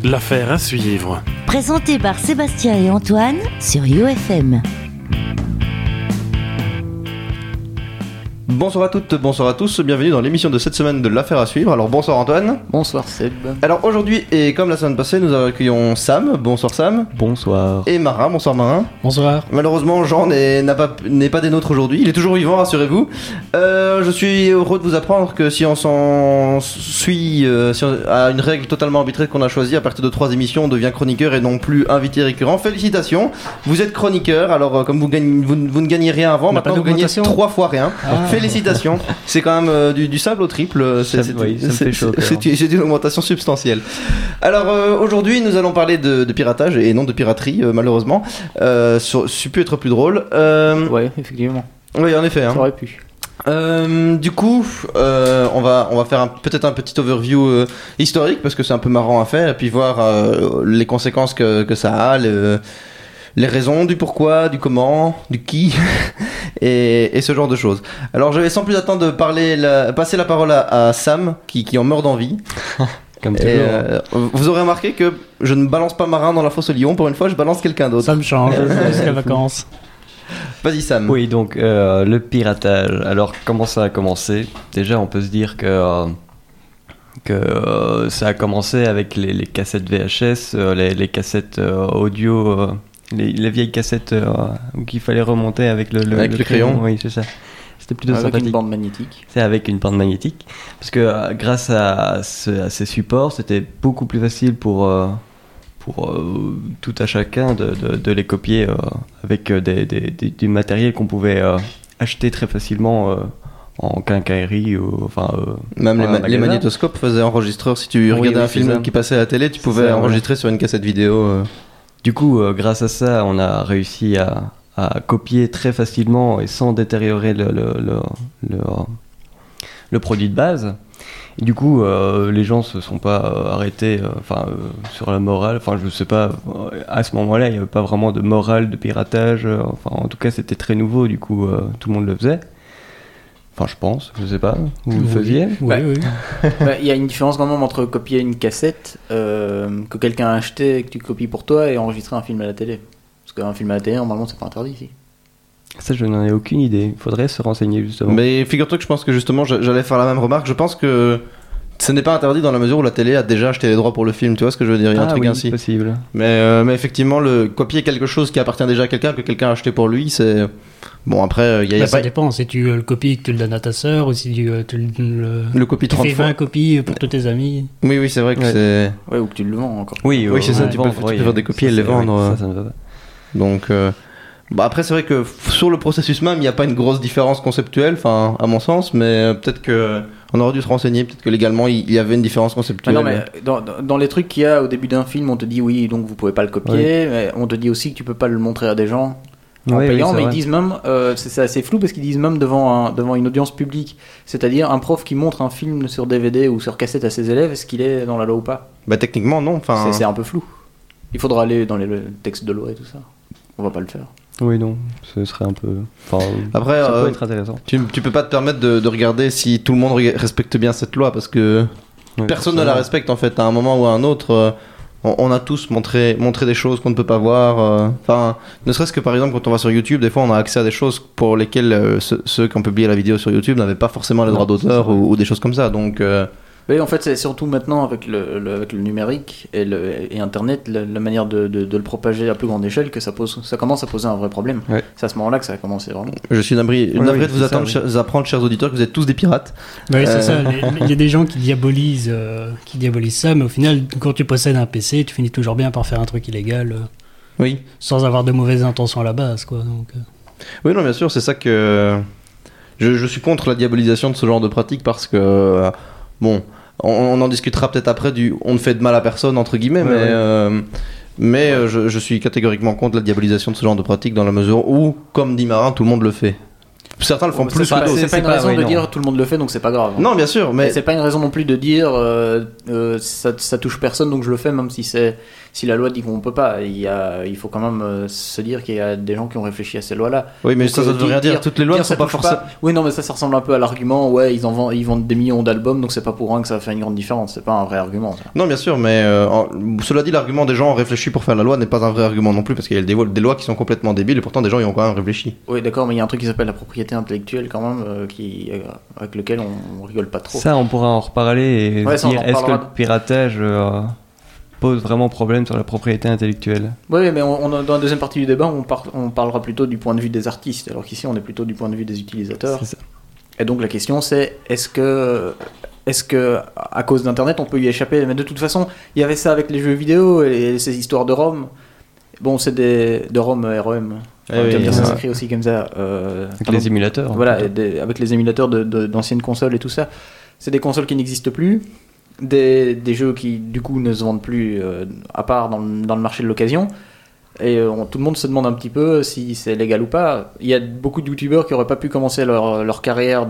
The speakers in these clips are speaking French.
L'affaire à suivre. Présenté par Sébastien et Antoine sur UFM. Bonsoir à toutes, bonsoir à tous, bienvenue dans l'émission de cette semaine de l'affaire à suivre. Alors bonsoir Antoine. Bonsoir Seb. Alors aujourd'hui, et comme la semaine passée, nous accueillons Sam. Bonsoir Sam. Bonsoir. Et Marin. Bonsoir Marin. Bonsoir. Malheureusement Jean n'est pas des nôtres aujourd'hui, il est toujours vivant, rassurez-vous. Je suis heureux de vous apprendre que si on s'en suit à une règle totalement arbitraire qu'on a choisie, à partir de 3 émissions, on devient chroniqueur et non plus invité récurrent. Félicitations, vous êtes chroniqueur, alors comme vous ne gagnez rien avant, maintenant vous gagnez 3 fois rien. Félicitations, c'est quand même du simple au triple, c'est une augmentation substantielle. Alors aujourd'hui nous allons parler de piratage et non de piraterie malheureusement, ça pu être plus drôle. Ouais, effectivement. Oui, en effet. Ça aurait pu. Du coup, on va faire peut-être un petit overview historique parce que c'est un peu marrant à faire et puis voir les conséquences que ça a, les raisons du pourquoi, du comment, du qui et ce genre de choses. Alors je vais sans plus attendre passer la parole à Sam qui en meurt d'envie. Comme toujours. Vous aurez remarqué que je ne balance pas Marin dans la fosse au lion, pour une fois je balance quelqu'un d'autre. Ça me change, c'est les vacances. Vas-y Sam. Oui, donc le piratage. Alors comment ça a commencé ? Déjà on peut se dire que ça a commencé avec les cassettes VHS, les cassettes audio, les vieilles cassettes où il fallait remonter avec le crayon. Oui, c'est ça. C'était plutôt avec sympathique. Une bande magnétique. C'est avec une bande magnétique. Parce que grâce à ces supports, c'était beaucoup plus facile pour tout à chacun de les copier avec du matériel qu'on pouvait acheter très facilement en quincaillerie ou même les magnétoscopes faisaient enregistreur. Si tu regardais un film qui passait à la télé, tu pouvais enregistrer sur une cassette vidéo. Du coup, grâce à ça, on a réussi à copier très facilement et sans détériorer le produit de base. Et du coup, les gens se sont pas arrêtés sur la morale. Enfin, je sais pas, à ce moment-là, il n'y avait pas vraiment de morale de piratage. En tout cas, c'était très nouveau, du coup, tout le monde le faisait. Enfin, je pense, je sais pas. Vous le faisiez ? Oui. Il y a une différence quand même entre copier une cassette que quelqu'un a acheté et que tu copies pour toi et enregistrer un film à la télé. Parce qu'un film à la télé, normalement, c'est pas interdit ici. Ça, je n'en ai aucune idée. Il faudrait se renseigner, justement. Mais figure-toi que je pense que justement, j'allais faire la même remarque. Je pense que ce n'est pas interdit dans la mesure où la télé a déjà acheté les droits pour le film. Tu vois ce que je veux dire ? Il y a un truc ainsi. Possible. Mais effectivement, copier quelque chose qui appartient déjà à quelqu'un, que quelqu'un a acheté pour lui, c'est... Bon, après, ça dépend. Si tu le copies, que tu le donnes à ta sœur, ou si tu le copies 30 fais 20 copies pour tous tes amis. Oui, c'est vrai que c'est... Ouais, ou que tu le vends encore. Oui, c'est ça. Tu peux faire des copies et les vendre. Ça me va pas. Donc... après c'est vrai que sur le processus même il n'y a pas une grosse différence conceptuelle, enfin à mon sens, mais peut-être que on aurait dû se renseigner, peut-être que légalement il y avait une différence conceptuelle. Non, mais dans les trucs qu'il y a au début d'un film, on te dit oui, donc vous pouvez pas le copier, mais on te dit aussi que tu peux pas le montrer à des gens en payant, mais ils disent même, c'est assez flou parce qu'ils disent même devant une audience publique, c'est-à-dire un prof qui montre un film sur DVD ou sur cassette à ses élèves, est-ce qu'il est dans la loi ou pas ? Bah techniquement non, enfin c'est un peu flou. Il faudra aller dans les textes de loi et tout ça. On va pas le faire. Oui, non, ce serait un peu... Après, ça peut être intéressant. Tu peux pas te permettre de regarder si tout le monde respecte bien cette loi, parce que personne ne la respecte en fait. À un moment ou à un autre, on a tous montré des choses qu'on ne peut pas voir. Ne serait-ce que par exemple quand on va sur YouTube, des fois on a accès à des choses pour lesquelles ceux qui ont publié la vidéo sur YouTube n'avaient pas forcément les droits d'auteur ou des choses comme ça. Donc... Oui, en fait, c'est surtout maintenant avec le numérique et Internet, la manière de le propager à plus grande échelle que ça commence à poser un vrai problème. Ouais. C'est à ce moment-là que ça a commencé vraiment. Je suis navré de vous apprendre, chers auditeurs, que vous êtes tous des pirates. Oui, c'est ça. Il y a des gens qui diabolisent ça, mais au final, quand tu possèdes un PC, tu finis toujours bien par faire un truc illégal. Oui. Sans avoir de mauvaises intentions à la base, quoi. Donc, Oui, non, bien sûr, c'est ça que je suis contre la diabolisation de ce genre de pratique parce que bon. On en discutera peut-être après on ne fait de mal à personne entre guillemets, mais je suis catégoriquement contre la diabolisation de ce genre de pratique dans la mesure où, comme dit Marin, tout le monde le fait. certains le font plus que d'autres. d'autres. C'est pas une raison de dire tout le monde le fait donc c'est pas grave. Non, bien sûr, mais c'est pas une raison non plus de dire ça touche personne donc je le fais même si la loi dit qu'on peut pas. Il faut quand même se dire qu'il y a des gens qui ont réfléchi à ces lois-là. Oui, mais donc, ça veut rien dire. Toutes les lois ne sont pas forcément. Oui, non, mais ça ressemble un peu à l'argument. Ouais, ils vendent des millions d'albums donc c'est pas pour rien que ça va faire une grande différence. C'est pas un vrai argument. Ça. Non, bien sûr, mais cela dit, l'argument des gens ont réfléchi pour faire la loi n'est pas un vrai argument non plus parce qu'il y a des lois qui sont complètement débiles et pourtant des gens y ont quand même réfléchi. Oui, d'accord, mais il y a un truc qui s'appelle la propriété intellectuelle quand même avec lequel on rigole pas trop. Ça, on pourra en reparler et dire est-ce que le piratage pose vraiment problème sur la propriété intellectuelle. Oui, mais dans la deuxième partie du débat, on parlera plutôt du point de vue des artistes, alors qu'ici on est plutôt du point de vue des utilisateurs. C'est ça. Et donc la question c'est est-ce que à cause d'internet on peut y échapper? Mais de toute façon il y avait ça avec les jeux vidéo et ces histoires de ROM. Bon, c'est de ROM, ROM. Ça s'écrit aussi comme ça. Avec les émulateurs. Voilà, avec les émulateurs d'anciennes consoles et tout ça. C'est des consoles qui n'existent plus. Des jeux qui du coup ne se vendent plus à part dans le marché de l'occasion. Et tout le monde se demande un petit peu si c'est légal ou pas. Il y a beaucoup de youtubeurs qui n'auraient pas pu commencer leur carrière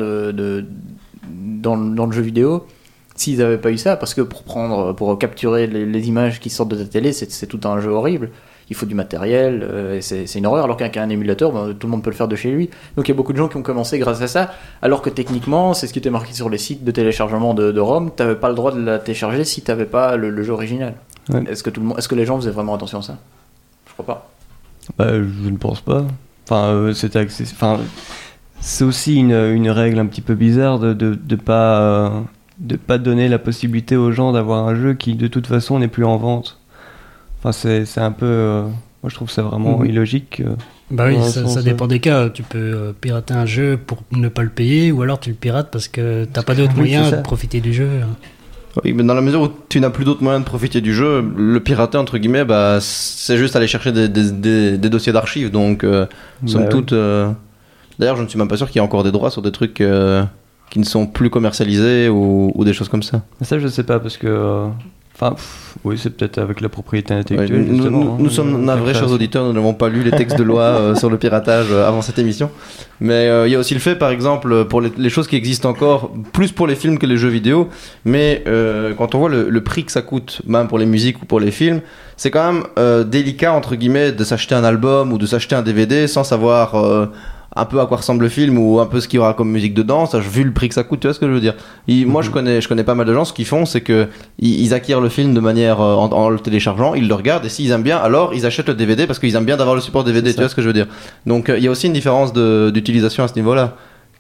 dans le jeu vidéo s'ils n'avaient pas eu ça, parce que pour capturer les images qui sortent de ta télé, c'est tout un jeu horrible. Il faut du matériel, et c'est une horreur, alors qu'un émulateur, tout le monde peut le faire de chez lui. Donc il y a beaucoup de gens qui ont commencé grâce à ça, alors que techniquement, c'est ce qui était marqué sur les sites de téléchargement de ROM, tu n'avais pas le droit de la télécharger si tu n'avais pas le jeu original. Ouais. Est-ce que les gens faisaient vraiment attention à ça? Je crois pas. Je ne pense pas. Enfin, c'est aussi une règle un petit peu bizarre de pas donner la possibilité aux gens d'avoir un jeu qui de toute façon n'est plus en vente. Enfin, c'est un peu moi je trouve ça vraiment illogique. Bah oui, ça dépend des cas. Tu peux pirater un jeu pour ne pas le payer, ou alors tu le pirates parce que t'as pas d'autre moyen de profiter du jeu. Oui, mais dans la mesure où tu n'as plus d'autres moyens de profiter du jeu, le pirater entre guillemets, c'est juste aller chercher des dossiers d'archives. Donc, somme toute. D'ailleurs, je ne suis même pas sûr qu'il y ait encore des droits sur des trucs qui ne sont plus commercialisés ou des choses comme ça. Ça, je sais pas parce que. Oui, c'est peut-être avec la propriété intellectuelle. Nous sommes navrés, chers auditeurs, nous n'avons pas lu les textes de loi sur le piratage avant cette émission. Mais il y a aussi le fait, par exemple, pour les choses qui existent encore, plus pour les films que les jeux vidéo, mais quand on voit le prix que ça coûte, même pour les musiques ou pour les films, c'est quand même délicat, entre guillemets, de s'acheter un album ou de s'acheter un DVD sans savoir un peu à quoi ressemble le film ou un peu ce qu'il y aura comme musique dedans, ça, vu le prix que ça coûte, tu vois ce que je veux dire. Moi je connais pas mal de gens, ce qu'ils font c'est que ils acquièrent le film de manière en le téléchargeant, ils le regardent et s'ils aiment bien, alors ils achètent le DVD parce qu'ils aiment bien d'avoir le support DVD, tu vois ce que je veux dire. Donc il y a aussi une différence d'utilisation à ce niveau-là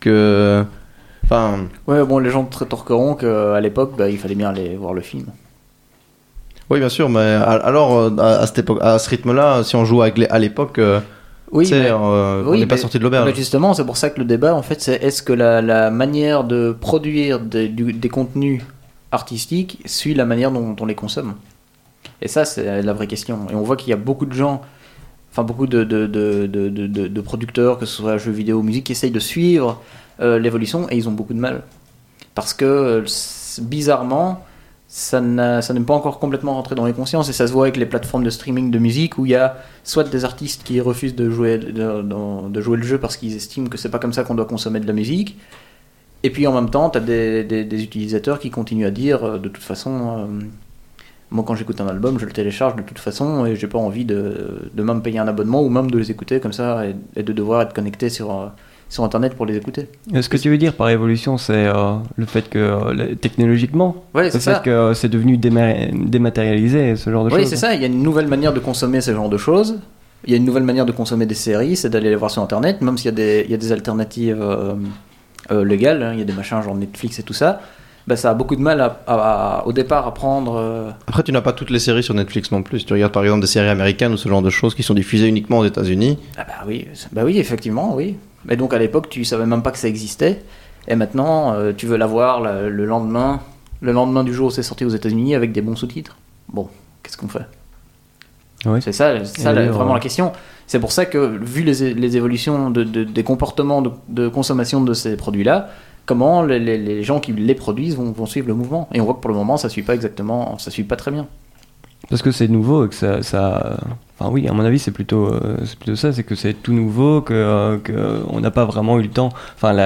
Ouais, bon, les gens te rétorqueront qu'à l'époque il fallait bien aller voir le film. Oui, bien sûr, mais alors à cette époque, à ce rythme-là, si on joue à l'époque oui, on n'est pas sorti de l'auberge. Justement, c'est pour ça que le débat, en fait, c'est est-ce que la manière de produire des contenus artistiques suit la manière dont on les consomme. Et ça, c'est la vraie question. Et on voit qu'il y a beaucoup de gens, beaucoup de producteurs, que ce soit jeux vidéo ou musique, qui essayent de suivre l'évolution et ils ont beaucoup de mal. Parce que, bizarrement, ça n'est pas encore complètement rentré dans les consciences et ça se voit avec les plateformes de streaming de musique où il y a soit des artistes qui refusent de jouer le jeu parce qu'ils estiment que c'est pas comme ça qu'on doit consommer de la musique, et puis en même temps t'as des utilisateurs qui continuent à dire de toute façon moi quand j'écoute un album je le télécharge de toute façon et j'ai pas envie de même payer un abonnement ou même de les écouter comme ça et de devoir être connecté sur internet pour les écouter. Ce que tu veux dire par évolution, c'est le fait que technologiquement, ouais, c'est le fait que c'est devenu dématérialisé, ce genre de choses. Oui, c'est ça, il y a une nouvelle manière de consommer ce genre de choses. Il y a une nouvelle manière de consommer des séries, c'est d'aller les voir sur internet, même s'il y a des alternatives légales, hein, il y a des machins genre Netflix et tout ça. Ça a beaucoup de mal au départ à prendre. Après, tu n'as pas toutes les séries sur Netflix non plus. Si tu regardes par exemple des séries américaines ou ce genre de choses qui sont diffusées uniquement aux États-Unis. Oui, effectivement, oui. Mais donc à l'époque, tu savais même pas que ça existait. Et maintenant, tu veux la voir le lendemain du jour où c'est sorti aux États-Unis avec des bons sous-titres. Bon, qu'est-ce qu'on fait? Oui. C'est ça vraiment la question. C'est pour ça que, vu les évolutions des comportements de consommation de ces produits-là, comment les gens qui les produisent vont suivre le mouvement. Et on voit que pour le moment, ça suit pas très bien. parce que c'est nouveau et que ça enfin oui, à mon avis, c'est plutôt ça, c'est que c'est tout nouveau, que on n'a pas vraiment eu le temps. Enfin,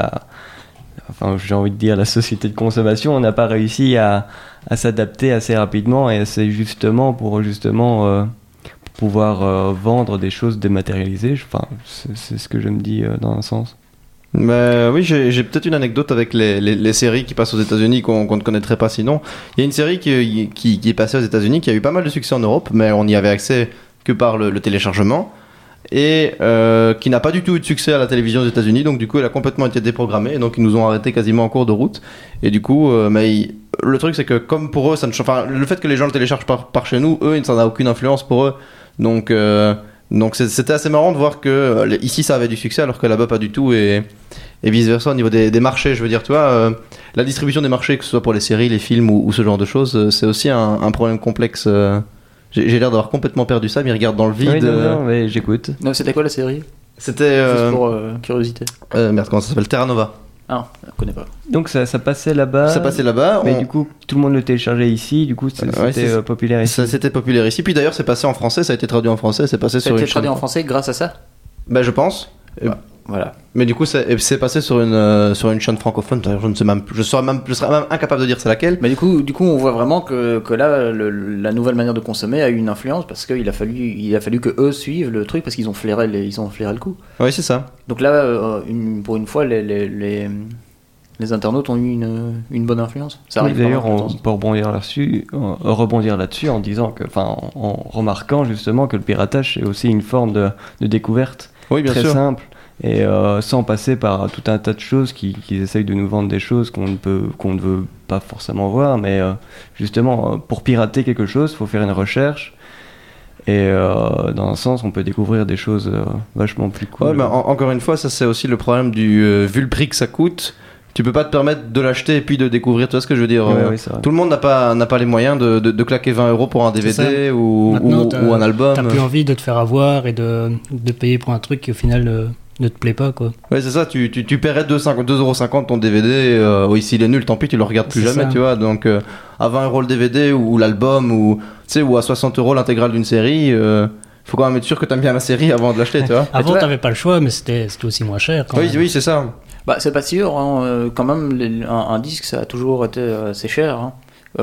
enfin, j'ai envie de dire la société de consommation, on n'a pas réussi à s'adapter assez rapidement et assez justement pour pouvoir vendre des choses dématérialisées. Enfin, c'est ce que je me dis dans un sens. Bah, oui, j'ai peut-être une anecdote avec les séries qui passent aux États-Unis qu'on ne connaîtrait pas sinon. Il y a une série qui est passée aux États-Unis qui a eu pas mal de succès en Europe, mais on n'y avait accès que par le téléchargement et qui n'a pas du tout eu de succès à la télévision aux États-Unis. Donc du coup, elle a complètement été déprogrammée et donc ils nous ont arrêté quasiment en cours de route. Et du coup, le truc c'est que comme pour eux, le fait que les gens le téléchargent par chez nous, eux, ça n'a aucune influence pour eux. Donc c'était assez marrant de voir que ici ça avait du succès alors que là-bas pas du tout et vice versa au niveau des marchés. Je veux dire, tu vois, la distribution des marchés, que ce soit pour les séries, les films ou ce genre de choses, c'est aussi un problème complexe. J'ai l'air d'avoir complètement perdu ça, mais regarde dans le vide. Oui, non, mais j'écoute. Non, c'était quoi la série ? C'était Juste pour curiosité. merde, comment ça s'appelle ? Terra Nova. Ah, je connais pas. Donc ça passait là-bas. Ça passait là-bas. Mais du coup, tout le monde le téléchargeait ici. Du coup, c'était populaire ici. Ça c'était populaire ici. Puis d'ailleurs, c'est passé en français. Ça a été traduit en français. C'est passé sur une chaîne. Ça a été traduit en français grâce à ça ? Ben je pense. Voilà. Mais du coup, c'est passé sur une chaîne francophone. Je serais même incapable de dire c'est laquelle. Mais du coup, on voit vraiment que là, la nouvelle manière de consommer a eu une influence parce qu'il a fallu que eux suivent le truc parce qu'ils ont flairé le coup. Oui, c'est ça. Donc là, pour une fois, les internautes ont eu une bonne influence. Ça arrive. D'ailleurs, on peut rebondir là-dessus en disant en remarquant justement que le piratage c'est aussi une forme de découverte très simple. Et sans passer par tout un tas de choses qu'ils essayent de nous vendre des choses qu'on ne veut pas forcément voir, mais justement pour pirater quelque chose il faut faire une recherche et dans un sens on peut découvrir des choses vachement plus cool. Ouais, mais encore une fois ça c'est aussi le problème vu le prix que ça coûte, tu peux pas te permettre de l'acheter et puis de découvrir, tu vois ce que je veux dire. Oui, tout le monde n'a pas les moyens de claquer 20 € pour un DVD ou un album. T'as plus envie de te faire avoir et de payer pour un truc qui au final ne te plaît pas, quoi. Ouais, c'est ça, tu paierais 2,50€ ton DVD, s'il est nul, tant pis, tu le regardes plus jamais, ça. Tu vois. Donc, à 20 € le DVD ou l'album, ou à 60 € l'intégrale d'une série, faut quand même être sûr que t'aimes bien la série avant de l'acheter, tu vois. Avant, t'avais pas le choix, mais c'était aussi moins cher. Quand même. Oui, c'est ça. Bah, c'est pas sûr, hein. Quand même, un disque, ça a toujours été assez cher, hein.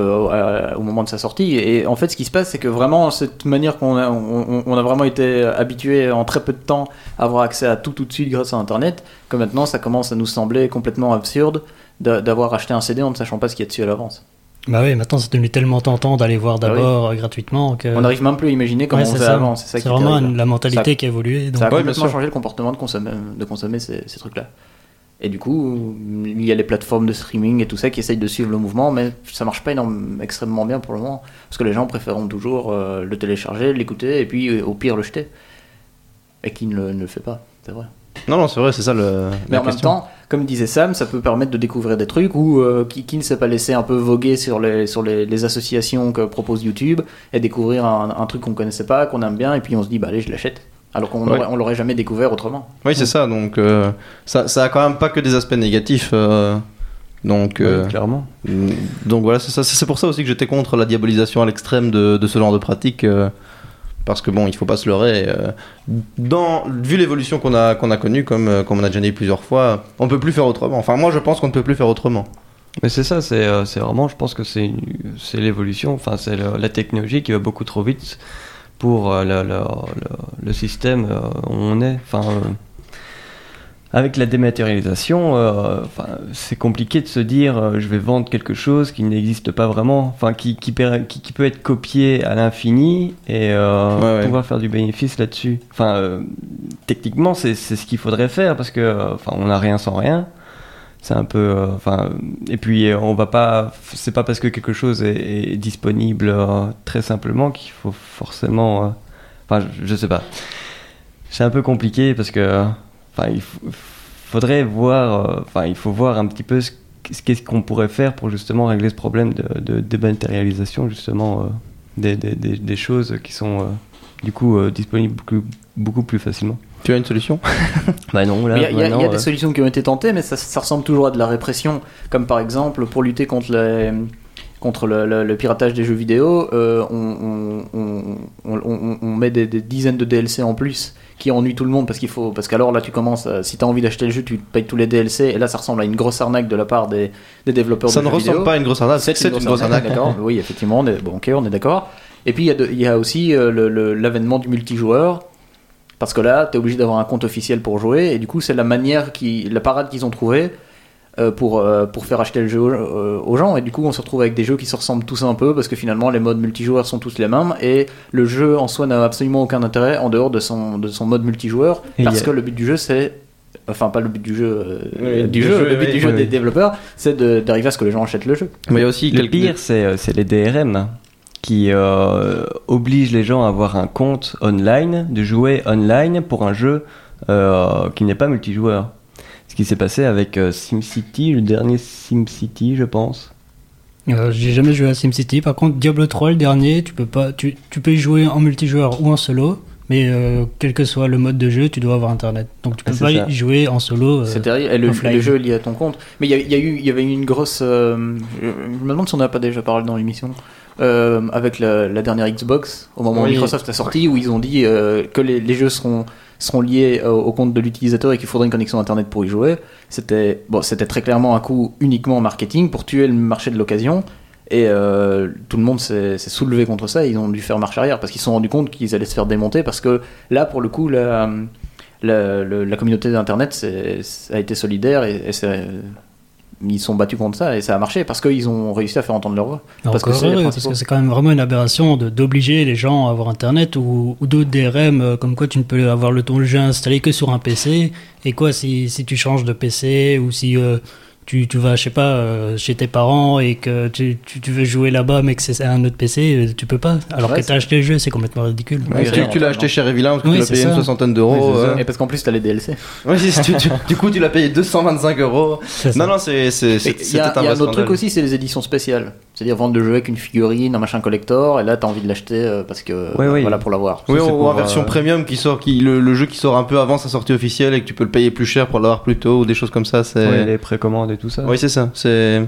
Au moment de sa sortie, et en fait ce qui se passe c'est que vraiment cette manière qu'on a vraiment été habitué en très peu de temps à avoir accès à tout de suite grâce à internet, que maintenant ça commence à nous sembler complètement absurde d'avoir acheté un CD en ne sachant pas ce qu'il y a dessus à l'avance. Bah oui, maintenant c'est devenu tellement tentant d'aller voir d'abord gratuitement que... On n'arrive même plus à imaginer comment on faisait avant. C'est vraiment la mentalité qui a évolué. Donc... Ça a complètement changé le comportement de consommer ces trucs là. Et du coup, il y a les plateformes de streaming et tout ça qui essayent de suivre le mouvement, mais ça marche pas extrêmement bien pour le moment. Parce que les gens préfèrent toujours le télécharger, l'écouter, et puis au pire le jeter. Et qui ne le fait pas, c'est vrai. Non, c'est vrai, c'est ça mais en même temps, comme disait Sam, ça peut permettre de découvrir des trucs où qui ne s'est pas laissé un peu voguer sur les associations que propose YouTube, et découvrir un truc qu'on connaissait pas, qu'on aime bien, et puis on se dit, bah allez, je l'achète. Alors qu'on l'aurait jamais découvert autrement. Oui, c'est ça. Donc, ça a quand même pas que des aspects négatifs. Donc, clairement. Donc voilà, c'est pour ça aussi que j'étais contre la diabolisation à l'extrême de ce genre de pratique. Parce que bon, il faut pas se leurrer. Vu l'évolution qu'on a connue, comme on a déjà dit plusieurs fois, on peut plus faire autrement. Enfin, moi, je pense qu'on ne peut plus faire autrement. Mais c'est ça, c'est vraiment, je pense que c'est l'évolution. Enfin, c'est la technologie qui va beaucoup trop vite pour le système où on est. Enfin, avec la dématérialisation, c'est compliqué de se dire je vais vendre quelque chose qui n'existe pas vraiment, enfin qui peut être copié à l'infini et pouvoir faire du bénéfice là-dessus. Enfin, techniquement, c'est ce qu'il faudrait faire parce que on n'a rien sans rien. C'est un peu, et puis on va pas. C'est pas parce que quelque chose est disponible très simplement qu'il faut forcément. Je sais pas. C'est un peu compliqué parce que, il faudrait voir. Il faut voir un petit peu qu'est-ce qu'on pourrait faire pour justement régler ce problème de dématérialisation justement des choses qui sont du coup disponibles beaucoup plus facilement. Tu as une solution ? Bah non, là. Il y a des solutions qui ont été tentées, mais ça ressemble toujours à de la répression. Comme par exemple, pour lutter contre contre le piratage des jeux vidéo, on met des dizaines de DLC en plus qui ennuient tout le monde parce qu'alors là tu commences, si tu as envie d'acheter le jeu, tu payes tous les DLC et là ça ressemble à une grosse arnaque de la part des développeurs de jeux vidéo. Ça ne ressemble pas à une grosse arnaque, c'est une grosse arnaque. D'accord. Oui, effectivement, on est d'accord. Et puis il y a aussi l'avènement du multijoueur. Parce que là, tu es obligé d'avoir un compte officiel pour jouer, et du coup, c'est la parade qu'ils ont trouvée pour faire acheter le jeu aux gens. Et du coup, on se retrouve avec des jeux qui se ressemblent tous un peu, parce que finalement, les modes multijoueurs sont tous les mêmes, et le jeu en soi n'a absolument aucun intérêt en dehors de son mode multijoueur, parce que le but du jeu, c'est. Enfin, pas le but du jeu, le but du jeu des développeurs, c'est d'arriver à ce que les gens achètent le jeu. Mais il y a aussi le pire, c'est les DRM. Qui oblige les gens à avoir un compte online, de jouer online pour un jeu qui n'est pas multijoueur. Ce qui s'est passé avec SimCity, le dernier SimCity, je pense. J'ai jamais joué à SimCity. Par contre, Diablo 3, le dernier, tu peux y jouer en multijoueur ou en solo. Mais quel que soit le mode de jeu, tu dois avoir internet. Donc tu peux pas y jouer en solo. C'est terrible. Et le jeu est lié à ton compte. Mais il y avait eu une grosse. Je me demande si on n'a pas déjà parlé dans l'émission. Avec la dernière Xbox, au moment où Microsoft a sorti, où ils ont dit que les jeux seront liés au compte de l'utilisateur et qu'il faudrait une connexion internet pour y jouer. C'était très clairement un coup uniquement marketing pour tuer le marché de l'occasion. Et tout le monde s'est soulevé contre ça, et ils ont dû faire marche arrière parce qu'ils se sont rendus compte qu'ils allaient se faire démonter, parce que là, pour le coup, la communauté d'internet a été solidaire, et ils sont battus contre ça, et ça a marché parce qu'ils ont réussi à faire entendre leur voix. Parce que c'est quand même vraiment une aberration d'obliger les gens à avoir internet ou d'autres DRM, comme quoi tu ne peux avoir ton jeu installé que sur un PC, et quoi si tu changes de PC, ou si tu vas, je sais pas, chez tes parents et que tu veux jouer là-bas mais que c'est un autre PC, tu peux pas. Alors que tu as acheté le jeu, c'est complètement ridicule. Tu l'as acheté chez Revillain parce que tu l'as payé une soixantaine d'euros. Et parce qu'en plus, tu as les DLC. Oui, du coup, tu l'as payé 225 euros. Non, c'était il y a un autre truc aussi, c'est les éditions spéciales. C'est-à-dire vendre le jeu avec une figurine, un machin collector, et là, tu as envie de l'acheter parce que voilà, pour l'avoir. Oui, ou en version premium le jeu qui sort un peu avant sa sortie officielle et que tu peux le payer plus cher pour l'avoir plus tôt, ou des choses comme ça. Les précommandes et tout ça. Oui, c'est ça. C'est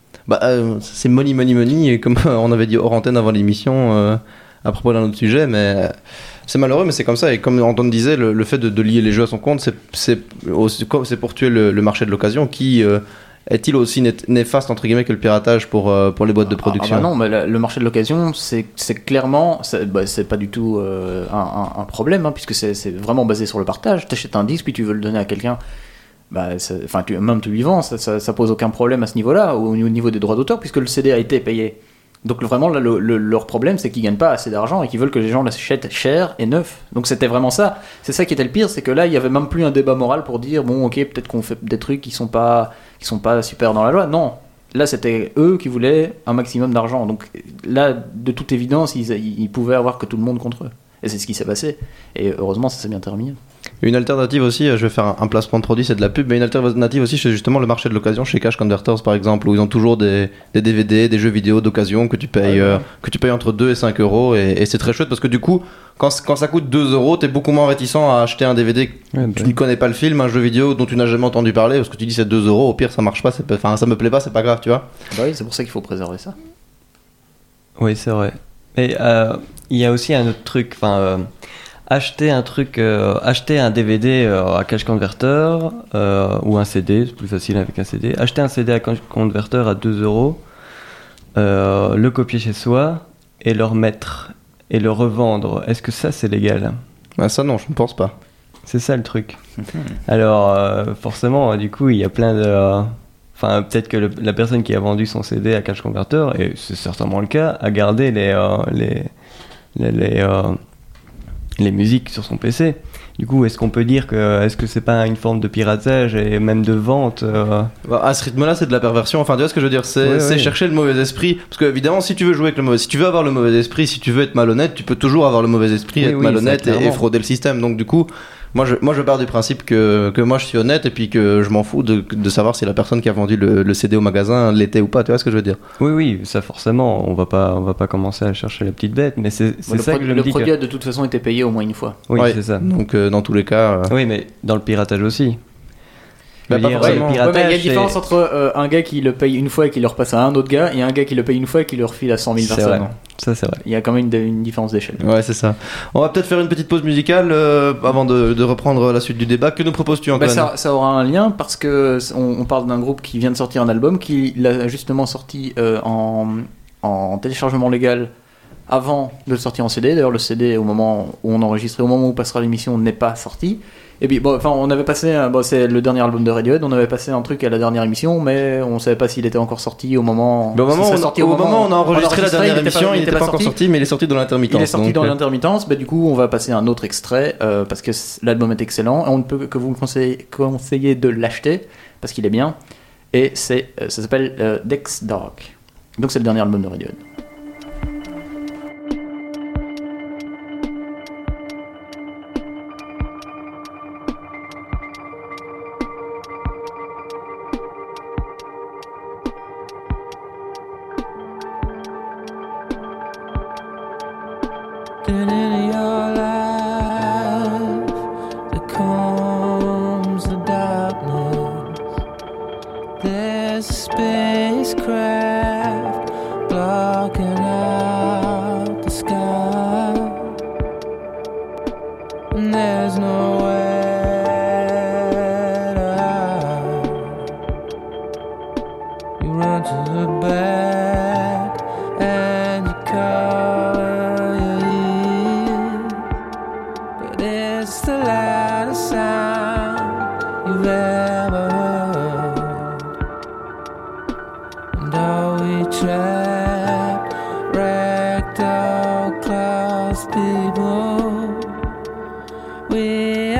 money, et comme on avait dit hors antenne avant l'émission à propos d'un autre sujet, mais c'est malheureux, mais c'est comme ça. Et comme Antoine disait, le fait de lier les jeux à son compte, c'est pour tuer le marché de l'occasion qui est-il aussi néfaste entre guillemets que le piratage pour les boîtes de production. Non, mais le marché de l'occasion, c'est clairement, c'est pas du tout un problème, puisque c'est vraiment basé sur le partage. T'achètes un disque puis tu veux le donner à quelqu'un. Même tu lui vends, ça pose aucun problème à ce niveau-là, au niveau des droits d'auteur, puisque le CD a été payé. Donc vraiment, là, leur problème, c'est qu'ils gagnent pas assez d'argent et qu'ils veulent que les gens l'achètent cher et neuf. Donc c'était vraiment ça. C'est ça qui était le pire, c'est que là, il y avait même plus un débat moral pour dire bon, ok, peut-être qu'on fait des trucs qui sont pas super dans la loi. Non, là, c'était eux qui voulaient un maximum d'argent. Donc là, de toute évidence, ils pouvaient avoir que tout le monde contre eux. Et c'est ce qui s'est passé. Et heureusement, ça s'est bien terminé. Une alternative aussi, je vais faire un placement de produit, c'est de la pub, mais une alternative aussi, c'est justement le marché de l'occasion chez Cash Converters par exemple, où ils ont toujours des DVD, des jeux vidéo d'occasion que tu payes entre 2 et 5 euros, et c'est très chouette parce que du coup, quand ça coûte 2 euros, t'es beaucoup moins réticent à acheter un DVD, tu ne connais pas le film, un jeu vidéo dont tu n'as jamais entendu parler, parce que tu dis c'est 2 euros, au pire ça marche pas, ça me plaît pas, c'est pas grave, tu vois. Bah oui, c'est pour ça qu'il faut préserver ça. Oui, c'est vrai. Et il y a aussi un autre truc, acheter un DVD à Cash Converter ou un CD, c'est plus facile avec un CD. Acheter un CD à Cash Converter à 2 euros, le copier chez soi et le remettre et le revendre. Est-ce que ça c'est légal ? Ça non, je ne pense pas. C'est ça le truc. Alors forcément, du coup, il y a plein de... peut-être que la personne qui a vendu son CD à Cash Converter, et c'est certainement le cas, a gardé les musiques sur son PC. Du coup, est-ce qu'on peut dire est-ce que c'est pas une forme de piratage et même de vente À ce rythme-là, c'est de la perversion. Enfin, tu vois ce que je veux dire, c'est chercher le mauvais esprit. Parce que évidemment, si tu veux jouer avec si tu veux avoir le mauvais esprit, si tu veux être malhonnête, tu peux toujours avoir le mauvais esprit, être malhonnête et frauder le système. Donc du coup, moi je pars du principe que moi je suis honnête et puis que je m'en fous de savoir si la personne qui a vendu le CD au magasin l'était ou pas. Tu vois ce que je veux dire ? Oui, ça forcément. On va pas commencer à chercher la petite bête, mais c'est ça que je me dis. Le produit a de toute façon été payé au moins une fois. Oui, c'est ça. Donc dans tous les cas. Oui, mais dans le piratage aussi. Bah, pas forcément. Il y a une différence entre un gars qui le paye une fois et qui le repasse à un autre gars et un gars qui le paye une fois et qui le refile à 100 000 personnes. Vrai. Ça, c'est vrai. Il y a quand même une différence d'échelle. Ouais, c'est ça. On va peut-être faire une petite pause musicale avant de reprendre la suite du débat. Que nous proposes-tu, Antoine ? Ça aura un lien parce que on parle d'un groupe qui vient de sortir un album qui l'a justement sorti en téléchargement légal avant de le sortir en CD. D'ailleurs, le CD, au moment où on enregistre et au moment où passera l'émission, n'est pas sorti. Et puis, on avait passé, c'est le dernier album de Radiohead, on avait passé un truc à la dernière émission, mais on savait pas s'il était encore sorti au moment. Au moment où on a enregistré la dernière émission, il n'était pas encore sorti, mais il est sorti dans l'intermittence. Il est sorti dans l'intermittence, du coup, on va passer un autre extrait, parce que l'album est excellent, et on ne peut que vous conseiller de l'acheter, parce qu'il est bien, et ça s'appelle Dex Dark. Donc c'est le dernier album de Radiohead. People, we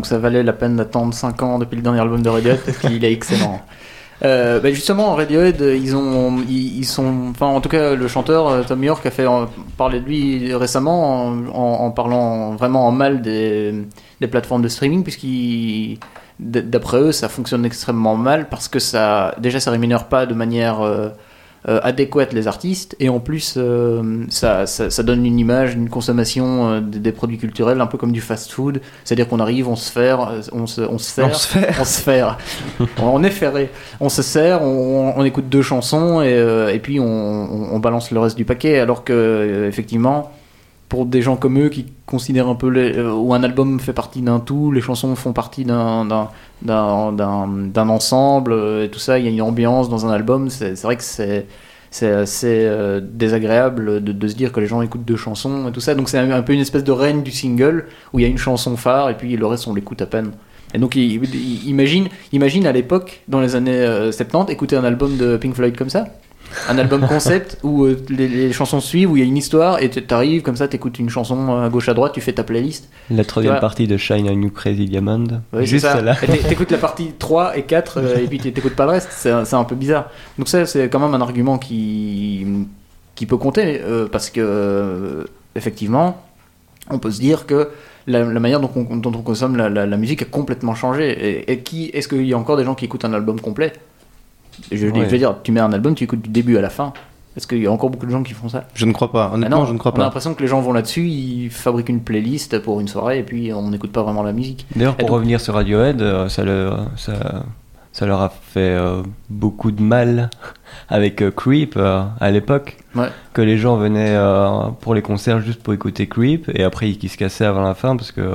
donc ça valait la peine d'attendre 5 ans depuis le dernier album de Radiohead parce qu'il est excellent. Justement, Radiohead, ils sont, enfin, en tout cas, le chanteur Tom York a fait parler de lui récemment en parlant vraiment en mal des plateformes de streaming, d'après eux, ça fonctionne extrêmement mal parce que ça rémunère pas de manière adéquate les artistes, et en plus ça donne une image, une consommation des produits culturels un peu comme du fast-food, c'est-à-dire qu'on arrive, on se sert, on écoute 2 chansons et puis on balance le reste du paquet, alors que effectivement pour des gens comme eux qui considèrent un peu où un album fait partie d'un tout, les chansons font partie d'un ensemble et tout ça, il y a une ambiance dans un album, c'est vrai que c'est assez désagréable de se dire que les gens écoutent 2 chansons et tout ça, donc c'est un peu une espèce de règne du single où il y a une chanson phare et puis le reste on l'écoute à peine. Et donc imagine à l'époque, dans les années 70, écouter un album de Pink Floyd comme ça. Un album concept où les chansons suivent, où il y a une histoire, et t'arrives comme ça, t'écoutes une chanson à gauche à droite, tu fais ta playlist. La 3e partie de Shine on You Crazy Diamond. Ouais, juste là. T'écoutes la partie 3 et 4, et puis t'écoutes pas le reste, c'est un peu bizarre. Donc ça, c'est quand même un argument qui peut compter, parce que, effectivement, on peut se dire que la manière dont on consomme la musique a complètement changé. Est-ce qu'il y a encore des gens qui écoutent un album complet ? Je veux dire, tu mets un album, tu écoutes du début à la fin. Est-ce qu'il y a encore beaucoup de gens qui font ça ? Je ne crois pas, honnêtement, je ne crois pas. On a l'impression que les gens vont là-dessus, ils fabriquent une playlist pour une soirée et puis on n'écoute pas vraiment la musique. D'ailleurs, pour revenir sur Radiohead, ça leur a fait beaucoup de mal avec Creep à l'époque. Ouais. Que les gens venaient pour les concerts juste pour écouter Creep, et après ils se cassaient avant la fin parce que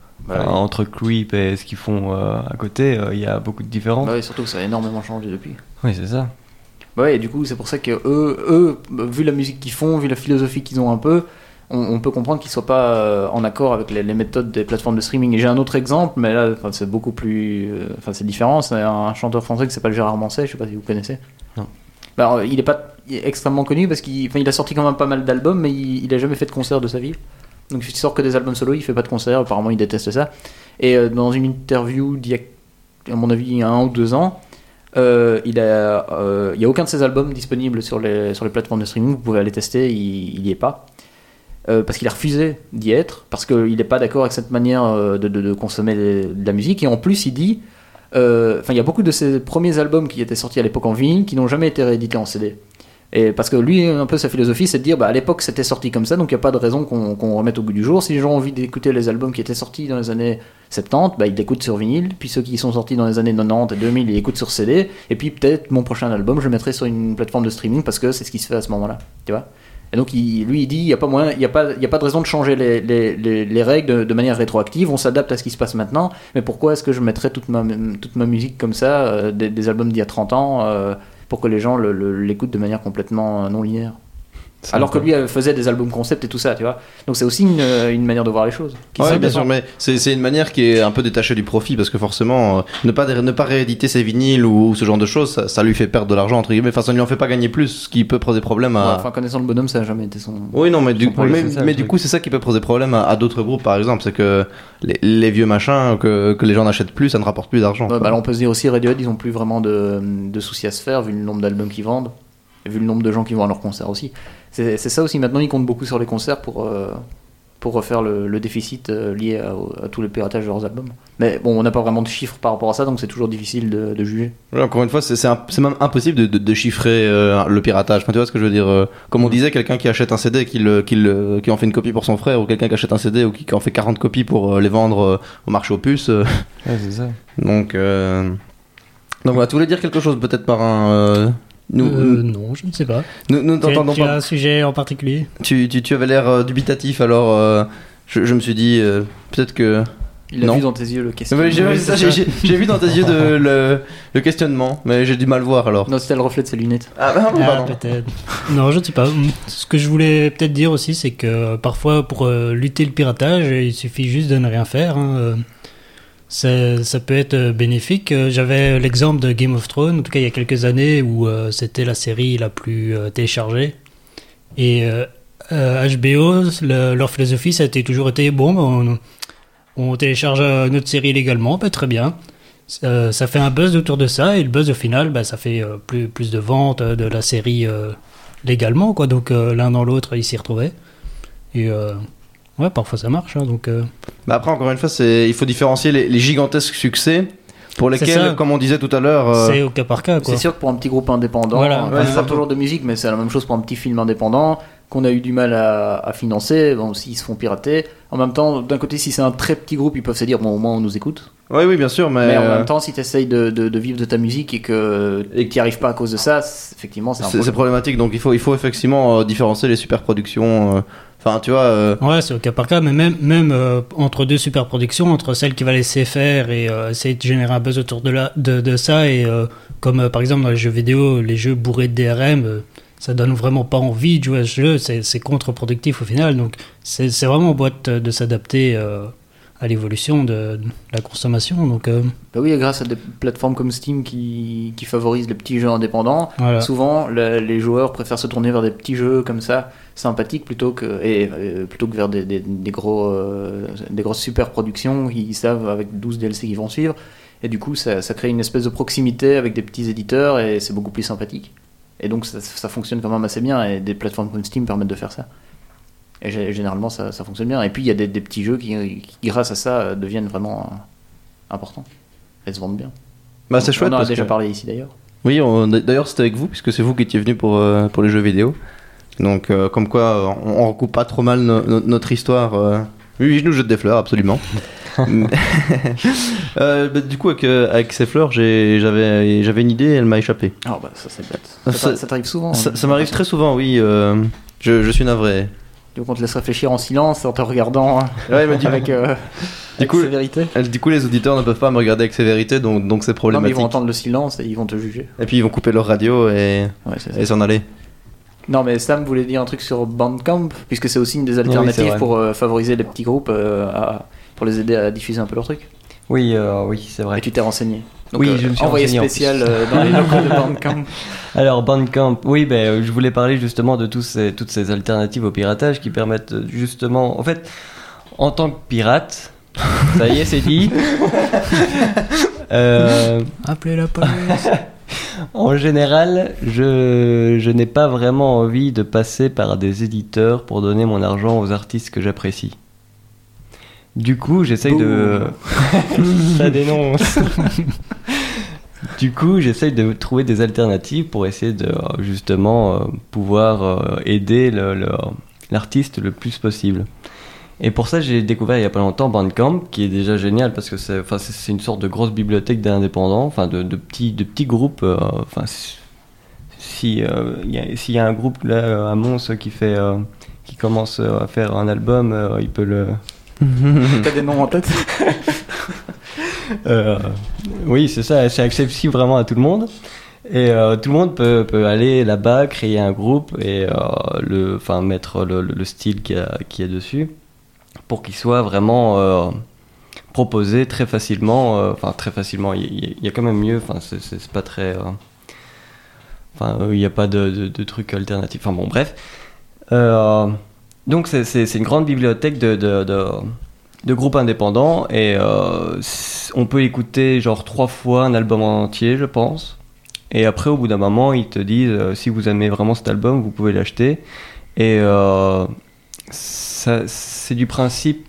entre Creep et ce qu'ils font à côté, il y a beaucoup de différences. Et surtout ça a énormément changé depuis. Oui, c'est ça. Et du coup c'est pour ça que eux, vu la musique qu'ils font, vu la philosophie qu'ils ont un peu, on peut comprendre qu'ils soient pas en accord avec les méthodes des plateformes de streaming. Et j'ai un autre exemple, mais là c'est beaucoup plus, c'est différent. C'est un chanteur français qui s'appelle Gérard Manset, je sais pas si vous connaissez. Non. Alors, il est pas extrêmement connu parce qu'il a sorti quand même pas mal d'albums, mais il a jamais fait de concert de sa vie. Donc il sort que des albums solo, il fait pas de concert, apparemment il déteste ça. Et dans une interview d'il y a, à mon avis, 1 ou 2 ans, il y a aucun de ses albums disponible sur les plateformes de streaming, vous pouvez aller tester, il y est pas. Parce qu'il a refusé d'y être, parce qu'il n'est pas d'accord avec cette manière de consommer de la musique, et en plus il dit, il y a beaucoup de ses premiers albums qui étaient sortis à l'époque en vinyle qui n'ont jamais été réédités en CD. Et parce que lui, un peu sa philosophie, c'est de dire, à l'époque c'était sorti comme ça, donc il n'y a pas de raison qu'on remette au goût du jour. Si les gens ont envie d'écouter les albums qui étaient sortis dans les années 70, ils l'écoutent sur vinyle, puis ceux qui sont sortis dans les années 90 et 2000, ils l'écoutent sur CD, et puis peut-être mon prochain album, je le mettrai sur une plateforme de streaming parce que c'est ce qui se fait à ce moment-là, tu vois. Et donc lui il dit, il n'y a pas de raison de changer les règles de manière rétroactive, on s'adapte à ce qui se passe maintenant, mais pourquoi est-ce que je mettrais toute ma musique comme ça, des albums d'il y a 30 ans, pour que les gens l'écoutent de manière complètement non linéaire. Alors que lui faisait des albums concept et tout ça, tu vois. Donc c'est aussi une manière de voir les choses. Ouais, bien sûr, mais c'est une manière qui est un peu détachée du profit, parce que forcément, ne pas rééditer ses vinyles ou ce genre de choses, ça lui fait perdre de l'argent, entre guillemets. Enfin, ça ne lui en fait pas gagner plus, ce qui peut poser problème à... Enfin, connaissant le bonhomme, ça n'a jamais été son... Oui, non, mais du coup, c'est ça qui peut poser problème à d'autres groupes, par exemple. C'est que les vieux machins que les gens n'achètent plus, ça ne rapporte plus d'argent. Là, on peut se dire aussi, Radiohead, ils n'ont plus vraiment de soucis à se faire, vu le nombre d'albums qu'ils vendent, et vu le nombre de gens qui vont à leurs concerts aussi. C'est ça aussi, maintenant ils comptent beaucoup sur les concerts pour refaire le déficit lié à tous les piratages de leurs albums. Mais bon, on n'a pas vraiment de chiffres par rapport à ça, donc c'est toujours difficile de juger. Ouais, encore une fois, c'est même impossible de chiffrer le piratage. Enfin, tu vois ce que je veux dire, comme on disait, quelqu'un qui achète un CD qui en fait une copie pour son frère, ou quelqu'un qui achète un CD ou qui en fait 40 copies pour les vendre au marché aux puces. Ouais, c'est ça. Donc voilà, tu voulais dire quelque chose peut-être par un... Non, je ne sais pas. Nous t'entendons pas. Tu as un sujet en particulier ? Tu avais l'air dubitatif, alors je me suis dit peut-être que... Il a vu dans tes yeux le questionnement. Oui, j'ai vu dans tes yeux le questionnement, mais j'ai du mal voir alors. Non, c'était le reflet de ses lunettes. Pardon. Peut-être. Non, je ne sais pas. Ce que je voulais peut-être dire aussi, c'est que parfois, pour lutter le piratage, il suffit juste de ne rien faire. Ça peut être bénéfique. J'avais l'exemple de Game of Thrones, en tout cas il y a quelques années, où c'était la série la plus téléchargée. Et HBO, leur philosophie, ça a toujours été, on télécharge notre série légalement, très bien. Ça fait un buzz autour de ça, et le buzz au final, ça fait plus de ventes de la série légalement, quoi. Donc l'un dans l'autre, ils s'y retrouvaient. Et parfois ça marche. Donc, après, encore une fois, il faut différencier les gigantesques succès pour lesquels, comme on disait tout à l'heure, c'est au cas par cas, quoi. C'est sûr que pour un petit groupe indépendant, on parle toujours de musique, mais c'est la même chose pour un petit film indépendant qu'on a eu du mal à financer. Bon, s'ils se font pirater, en même temps, d'un côté, si c'est un très petit groupe, ils peuvent se dire bon, au moins on nous écoute. Oui, bien sûr, mais en même temps, si tu essayes de vivre de ta musique et que tu n'y arrives pas à cause de ça, effectivement, c'est problématique. Donc il faut effectivement différencier les super productions. Enfin, tu vois. Ouais, c'est au cas par cas, mais même entre deux super productions, entre celles qui va laisser faire et essayer de générer un buzz autour de ça, et comme par exemple dans les jeux vidéo, les jeux bourrés de DRM, ça donne vraiment pas envie de jouer à ce jeu, c'est contre-productif au final. Donc c'est vraiment boîte de s'adapter à l'évolution de la consommation. Donc, oui, grâce à des plateformes comme Steam qui favorisent les petits jeux indépendants, souvent les joueurs préfèrent se tourner vers des petits jeux comme ça, sympathiques, plutôt que vers des grosses super productions qui savent avec 12 DLC qui vont suivre. Et du coup, ça crée une espèce de proximité avec des petits éditeurs, et c'est beaucoup plus sympathique. Et donc ça fonctionne quand même assez bien, et des plateformes comme Steam permettent de faire ça. Et généralement, ça fonctionne bien. Et puis, il y a des petits jeux qui, grâce à ça, deviennent vraiment importants. Et se vendent bien. C'est chouette. On en a déjà parlé ici, d'ailleurs. Oui, d'ailleurs, c'était avec vous, puisque c'est vous qui étiez venu pour les jeux vidéo. Donc, comme quoi, on recoupe pas trop mal notre histoire. Oui, je nous jette des fleurs, absolument. Du coup, avec ces fleurs, j'avais une idée, elle m'a échappé. Ah, ça, c'est bête. Ça t'arrive souvent? Ça m'arrive très souvent, oui. Je suis navré. Donc on te laisse réfléchir en silence en te regardant avec sévérité. Du coup, les auditeurs ne peuvent pas me regarder avec sévérité, donc c'est problématique. Non, mais ils vont entendre le silence et ils vont te juger. Et puis ils vont couper leur radio et s'en aller. Non, mais Sam voulait dire un truc sur Bandcamp, puisque c'est aussi une des alternatives pour favoriser les petits groupes, pour les aider à diffuser un peu leur truc. Oui, c'est vrai. Et tu t'es renseigné. Donc, oui, je me suis envoyé renseigné spécial dans les locaux de Bandcamp. Alors Bandcamp, oui, je voulais parler justement de toutes ces alternatives au piratage qui permettent justement, en fait, en tant que pirate, ça y est, c'est dit. Appelez la police. En général, je n'ai pas vraiment envie de passer par des éditeurs pour donner mon argent aux artistes que j'apprécie. Du coup, j'essaye de... Ça dénonce. Du coup, j'essaye de trouver des alternatives pour essayer de justement pouvoir aider l'artiste le plus possible. Et pour ça, j'ai découvert il y a pas longtemps Bandcamp, qui est déjà génial parce que c'est une sorte de grosse bibliothèque d'indépendants, enfin de petits groupes. S'il y a un groupe là à Mons qui commence à faire un album, il peut le... T'as des noms en tête? Oui, c'est ça, c'est accessible vraiment à tout le monde. Et tout le monde peut aller là-bas, créer un groupe et mettre le style qui est dessus pour qu'il soit vraiment proposé très facilement. Très facilement, il y a quand même mieux, c'est pas très... il n'y a pas de trucs alternatifs. Enfin bon, bref. Donc c'est une grande bibliothèque de groupes indépendants et on peut écouter genre 3 fois un album entier, je pense. Et après, au bout d'un moment, ils te disent si vous aimez vraiment cet album, vous pouvez l'acheter. Et c'est du principe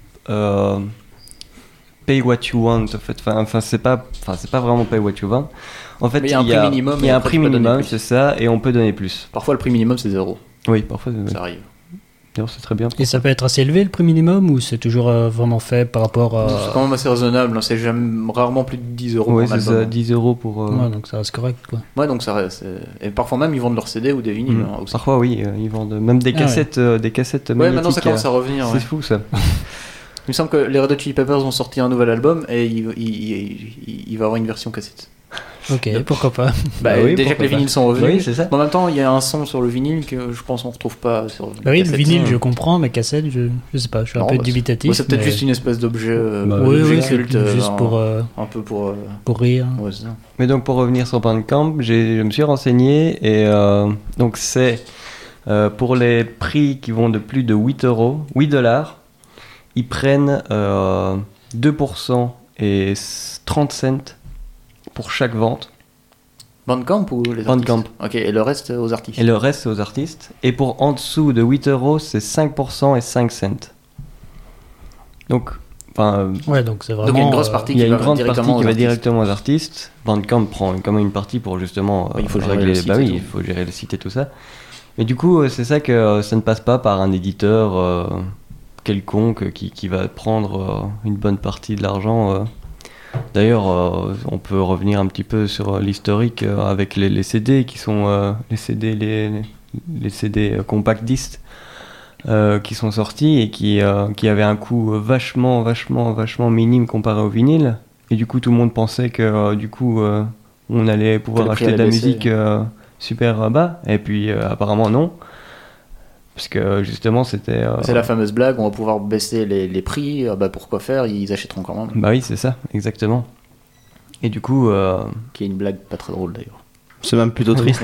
pay what you want, en fait. C'est pas vraiment pay what you want. En fait, il y a un prix minimum, c'est ça, et on peut donner plus. Parfois, le prix minimum, c'est 0. Oui, parfois, ça arrive. D'ailleurs, c'est très bien. Et ça peut être assez élevé le prix minimum ou c'est toujours vraiment fait par rapport à... C'est quand même assez raisonnable, c'est rarement plus de 10 euros pour un album. Ouais, c'est 10 euros pour... Ouais, donc ça reste correct, quoi. Ouais, donc ça reste... Et parfois même, ils vendent leurs CD ou des vinyles. Aussi. Parfois, oui, ils vendent même des cassettes, des cassettes magnétiques. Ouais, maintenant ça commence à revenir. C'est fou, ça. Il me semble que les Red Hot Chili Peppers ont sorti un nouvel album et il va avoir une version cassette. Ok, pourquoi pas. Oui, déjà que les vinyles sont revenus. Oui, c'est ça. En même temps, il y a un son sur le vinyle que je pense on retrouve pas sur le oui, le vinyle, je comprends, mais cassette, je sais pas, je suis un peu dubitatif. C'est peut-être juste une espèce d'objet culte, juste pour un peu pour rire. Ouais, c'est ça. Mais donc pour revenir sur Bandcamp, je me suis renseigné et donc c'est pour les prix qui vont de plus de $8, ils prennent 2% et 30 cents pour chaque vente. Bandcamp ou les artistes? Bandcamp. Ok, et le reste aux artistes. Et le reste, c'est aux artistes. Et pour en dessous de 8 euros, c'est 5% et 5 cents. Donc, ouais, donc c'est vraiment. Donc il y a une grosse partie il y a qui une va grande directement partie qui aux va artistes. directement aux artistes. Bandcamp prend quand même une partie pour justement Il faut gérer régler le site et tout. il faut gérer le site et tout ça. Mais du coup, c'est ça que ça ne passe pas par un éditeur quelconque qui va prendre une bonne partie de l'argent. D'ailleurs, on peut revenir un petit peu sur l'historique avec les CD qui sont les CD compact disques qui sont sortis et qui avaient un coût vachement minime comparé au vinyle. Et du coup, tout le monde pensait que on allait pouvoir Que le prix acheter de la allait baisser. musique super bas. Et puis apparemment non. Parce que justement, c'était... C'est la fameuse blague, on va pouvoir baisser les prix, pourquoi faire, ils achèteront quand même. Bah oui, c'est ça, exactement. Et du coup... Qui est une blague pas très drôle d'ailleurs. C'est même plutôt triste.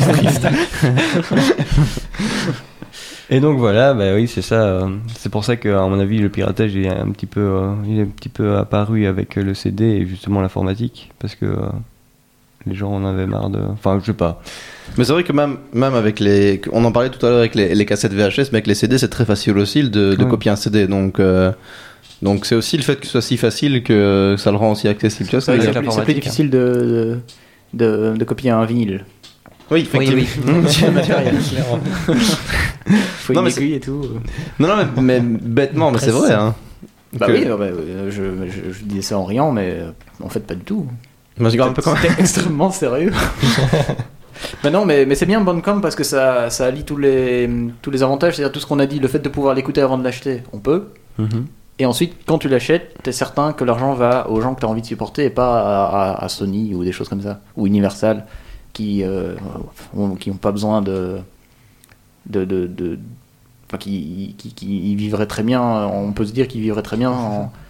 Et donc voilà, bah oui, c'est ça. C'est pour ça qu'à mon avis, le piratage il est un petit peu apparu avec le CD et justement l'informatique, parce que les gens en avaient marre de... Enfin, je sais pas. Mais c'est vrai que même avec les... On en parlait tout à l'heure avec les cassettes VHS, mais avec les CD, c'est très facile aussi de Ouais. copier un CD. Donc c'est aussi le fait que ce soit si facile que ça le rend aussi accessible. Tu vois, C'est vrai que avec c'est plus l'informatique, difficile de copier un vinyle. Oui, effectivement. C'est le matériel. Faut Non, une mais aiguille et tout. Non, mais bêtement, mais c'est vrai. Hein. Bah Que- oui, je disais ça en riant, mais en fait pas du tout. Moi, je regarde un peu quand même. C'était extrêmement sérieux. Bah non, mais c'est bien Bandcamp parce que ça allie tous les avantages, c'est-à-dire tout ce qu'on a dit, le fait de pouvoir l'écouter avant de l'acheter, on peut. Mhm. Et ensuite, quand tu l'achètes, t'es certain que l'argent va aux gens que t'as envie de supporter et pas à Sony ou des choses comme ça, ou Universal, qui ont pas besoin enfin, qui vivraient très bien, on peut se dire qu'ils vivraient très bien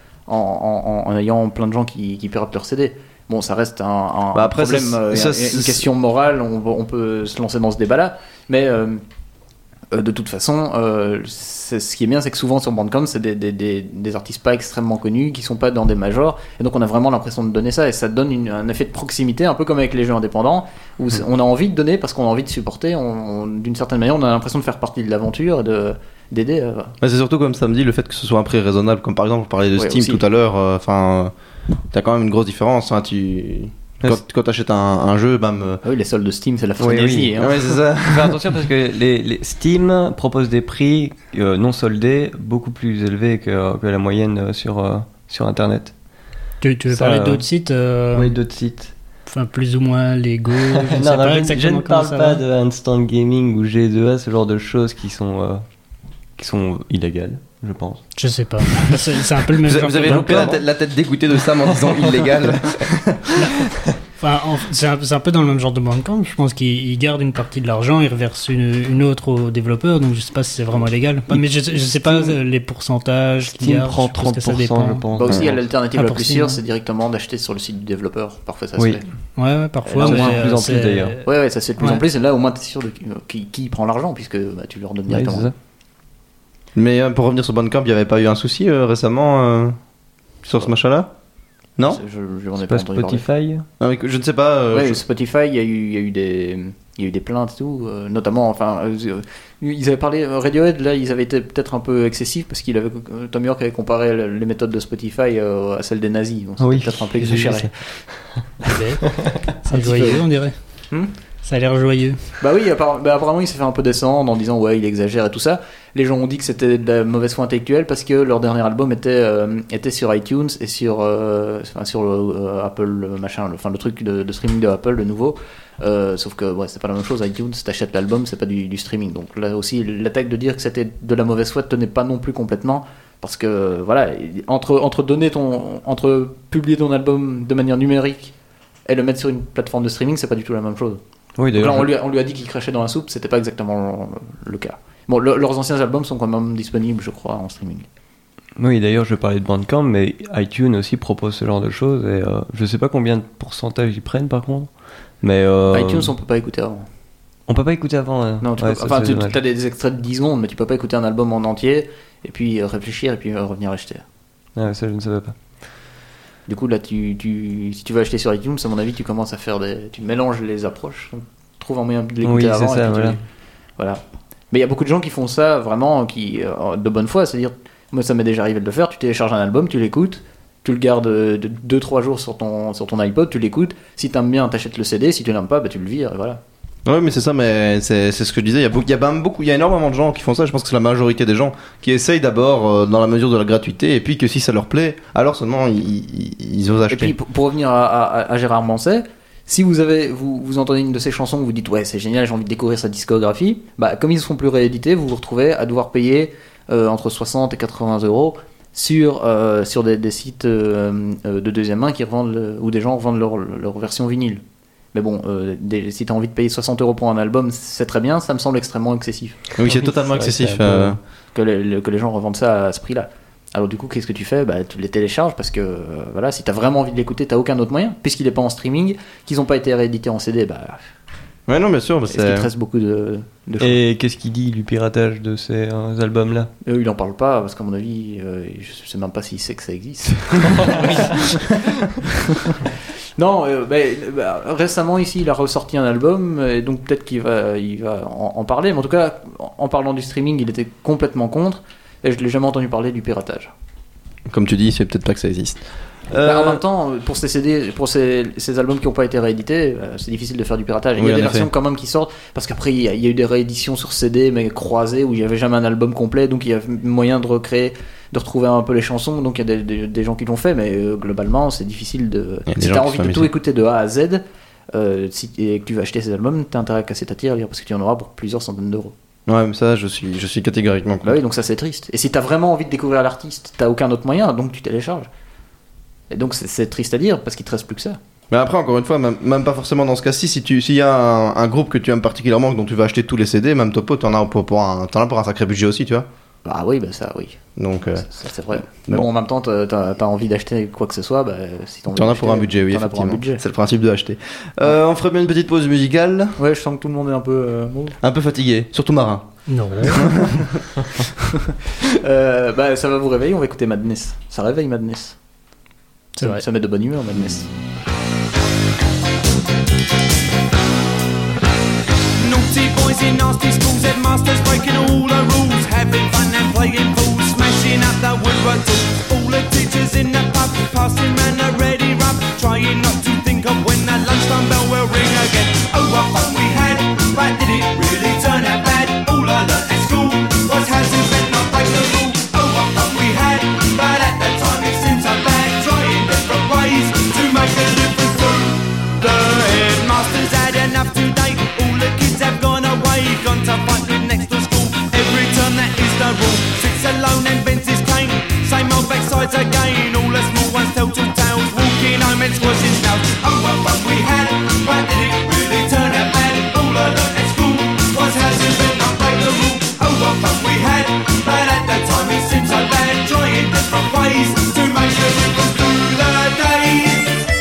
en ayant plein de gens qui piratent leur CD. Bon, ça reste un Bah après, problème, une question morale, on peut se lancer dans ce débat-là, mais de toute façon, ce qui est bien, c'est que souvent sur Bandcamp, c'est des artistes pas extrêmement connus, qui sont pas dans des majors, et donc on a vraiment l'impression de donner ça, et ça donne un effet de proximité, un peu comme avec les jeux indépendants, où on a envie de donner parce qu'on a envie de supporter, d'une certaine manière, on a l'impression de faire partie de l'aventure et d'aider. Mais c'est surtout comme samedi le fait que ce soit un prix raisonnable, comme par exemple on parlait de Ouais, Steam aussi. tout à l'heure. T'as quand même une grosse différence. Hein, quand t'achètes un jeu, Ah oui, les soldes de Steam, c'est la Oui, frénésie. oui. hein. Ouais, c'est ça. Faire attention parce que les Steam proposent des prix non soldés beaucoup plus élevés que la moyenne sur Internet. Tu veux Ça, parler d'autres sites Oui, d'autres sites. Enfin, plus ou moins légaux. Je ne sais Non, pas je exactement ne comment parle ça pas va. de Instant Gaming ou G2A, ce genre de choses qui sont illégales, je pense. Je sais pas. C'est un peu le même genre Vous avez que loupé la tête dégoûtée de Sam en disant illégal. Enfin, c'est un peu dans le même genre de Bandcamp. Je pense qu'ils gardent une partie de l'argent, ils reversent une autre aux développeurs. Donc je sais pas si c'est vraiment légal. Mais je sais pas les pourcentages qu'ils Steam gardent. prend Je pense que ça 30%, dépend. je pense. Bah aussi, il y a l'alternative Ah, la pour plus Steam, sûre, hein. c'est directement d'acheter sur le site du développeur. Parfois, ça Oui. se fait. Ouais, parfois. Et là, mais, de plus en plus, c'est- d'ailleurs. Ouais, ça se fait de plus Ouais. en plus. Et là, au moins, t'es sûr de qui prend l'argent, puisque tu leur donnes Oui, directement. c'est ça. Mais pour revenir sur Bandcamp, il n'y avait pas eu un souci récemment sur ce machin-là? Non? Je n'en ai C'est pas pas entendu parler. Spotify. Non, mais je ne sais pas. Ouais, Spotify, il y a eu des plaintes et tout, notamment, enfin, ils avaient parlé, Radiohead, là, ils avaient été peut-être un peu excessifs parce Tom York avait comparé les méthodes de Spotify à celles des nazis, donc c'était Oui, peut-être un peu j'ai vu exagéré. C'est joyeux, on dirait. Ça a l'air joyeux. Bah oui, apparemment il s'est fait un peu descendre en disant ouais il exagère et tout ça. Les gens ont dit que c'était de la mauvaise foi intellectuelle parce que leur dernier album était sur iTunes et sur Apple machin, le truc de streaming de Apple, le nouveau. Sauf que ouais, c'est pas la même chose. iTunes, t'achètes l'album, c'est pas du streaming. Donc là aussi l'attaque de dire que c'était de la mauvaise foi tenait pas non plus complètement. Parce que voilà, entre publier ton album de manière numérique et le mettre sur une plateforme de streaming, c'est pas du tout la même chose. Oui, Donc d'ailleurs. là, on lui a dit qu'il crachait dans la soupe, c'était pas exactement le cas. Bon, leurs anciens albums sont quand même disponibles, je crois, en streaming. Oui, d'ailleurs, je parlais de Bandcamp, mais iTunes aussi propose ce genre de choses. Et je sais pas combien de pourcentage ils prennent par contre. Mais iTunes, on peut pas écouter avant. on peut pas écouter avant. Non, tu Ouais, peux, ça, enfin, c'est tu dommage. as des extraits de 10 secondes, mais tu peux pas écouter un album en entier, et puis réfléchir, et puis revenir acheter. Ah, ça, je ne savais pas. Du coup, là, si tu veux acheter sur iTunes, à mon avis, tu commences à faire tu mélanges les approches. Donc, trouve un moyen de l'écouter avant. C'est ça, voilà. Mais il y a beaucoup de gens qui font ça vraiment de bonne foi. C'est-à-dire, moi, ça m'est déjà arrivé de le faire. Tu télécharges un album, tu l'écoutes, tu le gardes 2-3 jours sur ton iPod, tu l'écoutes. Si t'aimes bien, t'achètes le CD. Si tu l'aimes pas, bah, tu le vires. Et voilà. Ouais, mais c'est ça, mais c'est ce que je disais. Il y a énormément de gens qui font ça. Je pense que c'est la majorité des gens qui essayent d'abord dans la mesure de la gratuité, et puis que si ça leur plaît, alors seulement ils osent acheter. Et puis pour revenir à Gérard Manset, si vous entendez une de ses chansons, vous dites ouais c'est génial, j'ai envie de découvrir sa discographie, bah comme ils ne sont plus réédités, vous vous retrouvez à devoir payer entre 60 et 80 euros sur des sites de deuxième main qui revendent où des gens revendent leur version vinyle. Mais bon, si tu as envie de payer 60 euros pour un album, c'est très bien, ça me semble extrêmement excessif. Oui, c'est totalement excessif. Que les gens revendent ça à ce prix-là. Alors du coup, qu'est-ce que tu fais ? Bah, tu les télécharges parce que voilà, si tu as vraiment envie de l'écouter, tu n'as aucun autre moyen. Puisqu'il n'est pas en streaming, qu'ils n'ont pas été réédités en CD, bah... Ouais, non, bien sûr. Bah, est-ce qu'il te reste beaucoup de choses. Et qu'est-ce qu'il dit du piratage de ces albums-là ? Il n'en parle pas, parce qu'à mon avis, je sais même pas s'il sait que ça existe. Non, récemment ici, il a ressorti un album, et donc peut-être qu'il va en parler. Mais en tout cas, en parlant du streaming, il était complètement contre, et je ne l'ai jamais entendu parler du piratage. Comme tu dis, c'est peut-être pas que ça existe. En même temps, pour ces CD, pour ces albums qui n'ont pas été réédités, c'est difficile de faire du piratage. Il y a des versions quand même qui sortent, parce qu'après il y a eu des rééditions sur CD mais croisées où il n'y avait jamais un album complet, donc il y a moyen de retrouver un peu les chansons, donc il y a des gens qui l'ont fait, mais globalement c'est difficile si tu as envie de tout écouter de A à Z, et que tu veux acheter ces albums, tu as intérêt à casser ta tirelire parce que tu en auras pour plusieurs centaines d'euros. Ouais, mais ça, je suis catégoriquement contre. Bah oui, donc ça c'est triste. Et si t'as vraiment envie de découvrir l'artiste, t'as aucun autre moyen, donc tu télécharges. Et donc c'est triste à dire, parce qu'il te reste plus que ça. Mais après, encore une fois, même pas forcément dans ce cas-ci, s'il y a un groupe que tu aimes particulièrement, dont tu vas acheter tous les CD, même Topo, t'en as pour un sacré budget aussi, tu vois. Ah oui, bah ça, oui. Donc, ça, c'est vrai. Mais bon, en même temps, t'as pas envie d'acheter quoi que ce soit, bah, si t'en as pour un budget, oui, effectivement. C'est le principe de acheter. On ferait bien une petite pause musicale. Ouais, je sens que tout le monde est un peu fatigué, surtout Marin. Non. Bah, ça va vous réveiller, on va écouter Madness. Ça réveille Madness. C'est vrai, ça met de bonne humeur, Madness. Naughty boys in nasty schools, headmasters breaking all the rules, having fun and playing fools, smashing up the woodwork tools. All the teachers in the pub, passing round a ready rub, trying not to think of when the lunchtime bell will ring again. Oh, what fun we had, but did it really turn out bad? All I learnt at school was how to bend not break the rule. Oh, what fun we had, but at the time it seemed so bad, trying different ways to make a difference to the headmasters had enough today. All the kids have gone away, gone to fight with next to school. Every term that is the rule. Sits alone and bends his cane. Same old backsides again. All the small ones tell two tales, walking home and squashing snails. Oh, what fun we had, but did it really turn out bad? All I learnt at school was how to bend not break the rule. Oh, what fun we had, but at the time it seemed so bad, trying different ways to make a difference to the days.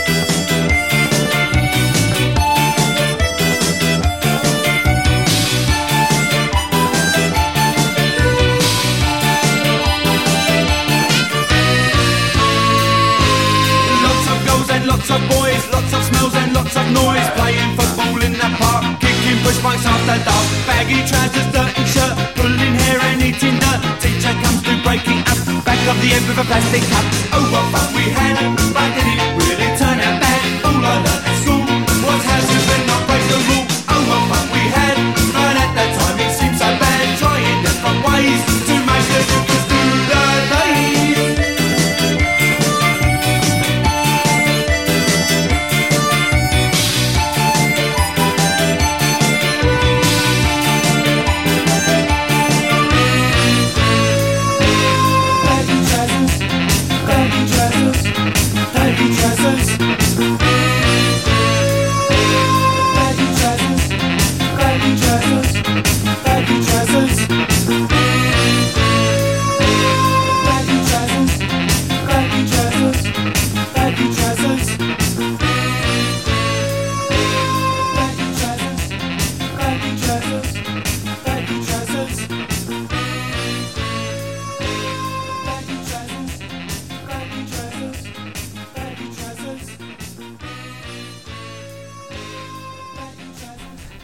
Lots of boys, lots of smells and lots of noise, playing football in the park, kicking push bikes after dark, baggy trousers, dirty shirt, pulling hair and eating dirt. Teacher comes through breaking up, back of the head with a plastic cup. Oh, what fun we had, but did it really turn out bad? All I learnt at school was how to bend not break the rule. Oh, what fun we had, but at that time it seemed so bad, trying different ways to make a difference to the days.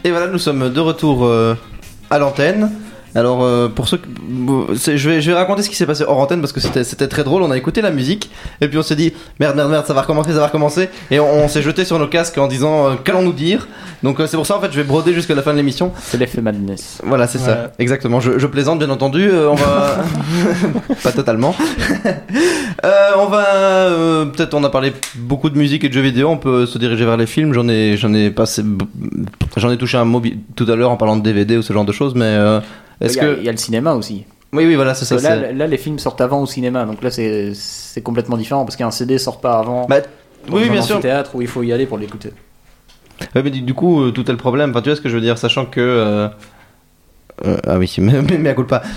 Et voilà, nous sommes de retour à l'antenne. Alors pour ceux je vais raconter ce qui s'est passé hors antenne parce que c'était très drôle. On a écouté la musique et puis on s'est dit merde ça va recommencer et on s'est jeté sur nos casques en disant qu'allons-nous dire. Donc c'est pour ça en fait je vais broder jusqu'à la fin de l'émission. C'est l'effet madness. Voilà c'est ça exactement. Je plaisante bien entendu. On va pas totalement. On va peut-être on a parlé beaucoup de musique et de jeux vidéo. On peut se diriger vers les films. J'en ai touché un mot tout à l'heure en parlant de DVD ou ce genre de choses mais il y a le cinéma aussi. Oui, voilà, c'est ça. Là, les films sortent avant au cinéma, donc là, c'est complètement différent parce qu'un CD sort pas avant. Oui, bien sûr. Théâtre où il faut y aller pour l'écouter. Ouais, mais du coup, tout est le problème. Enfin, tu vois ce que je veux dire, sachant que. Ah oui, mais à coup pas.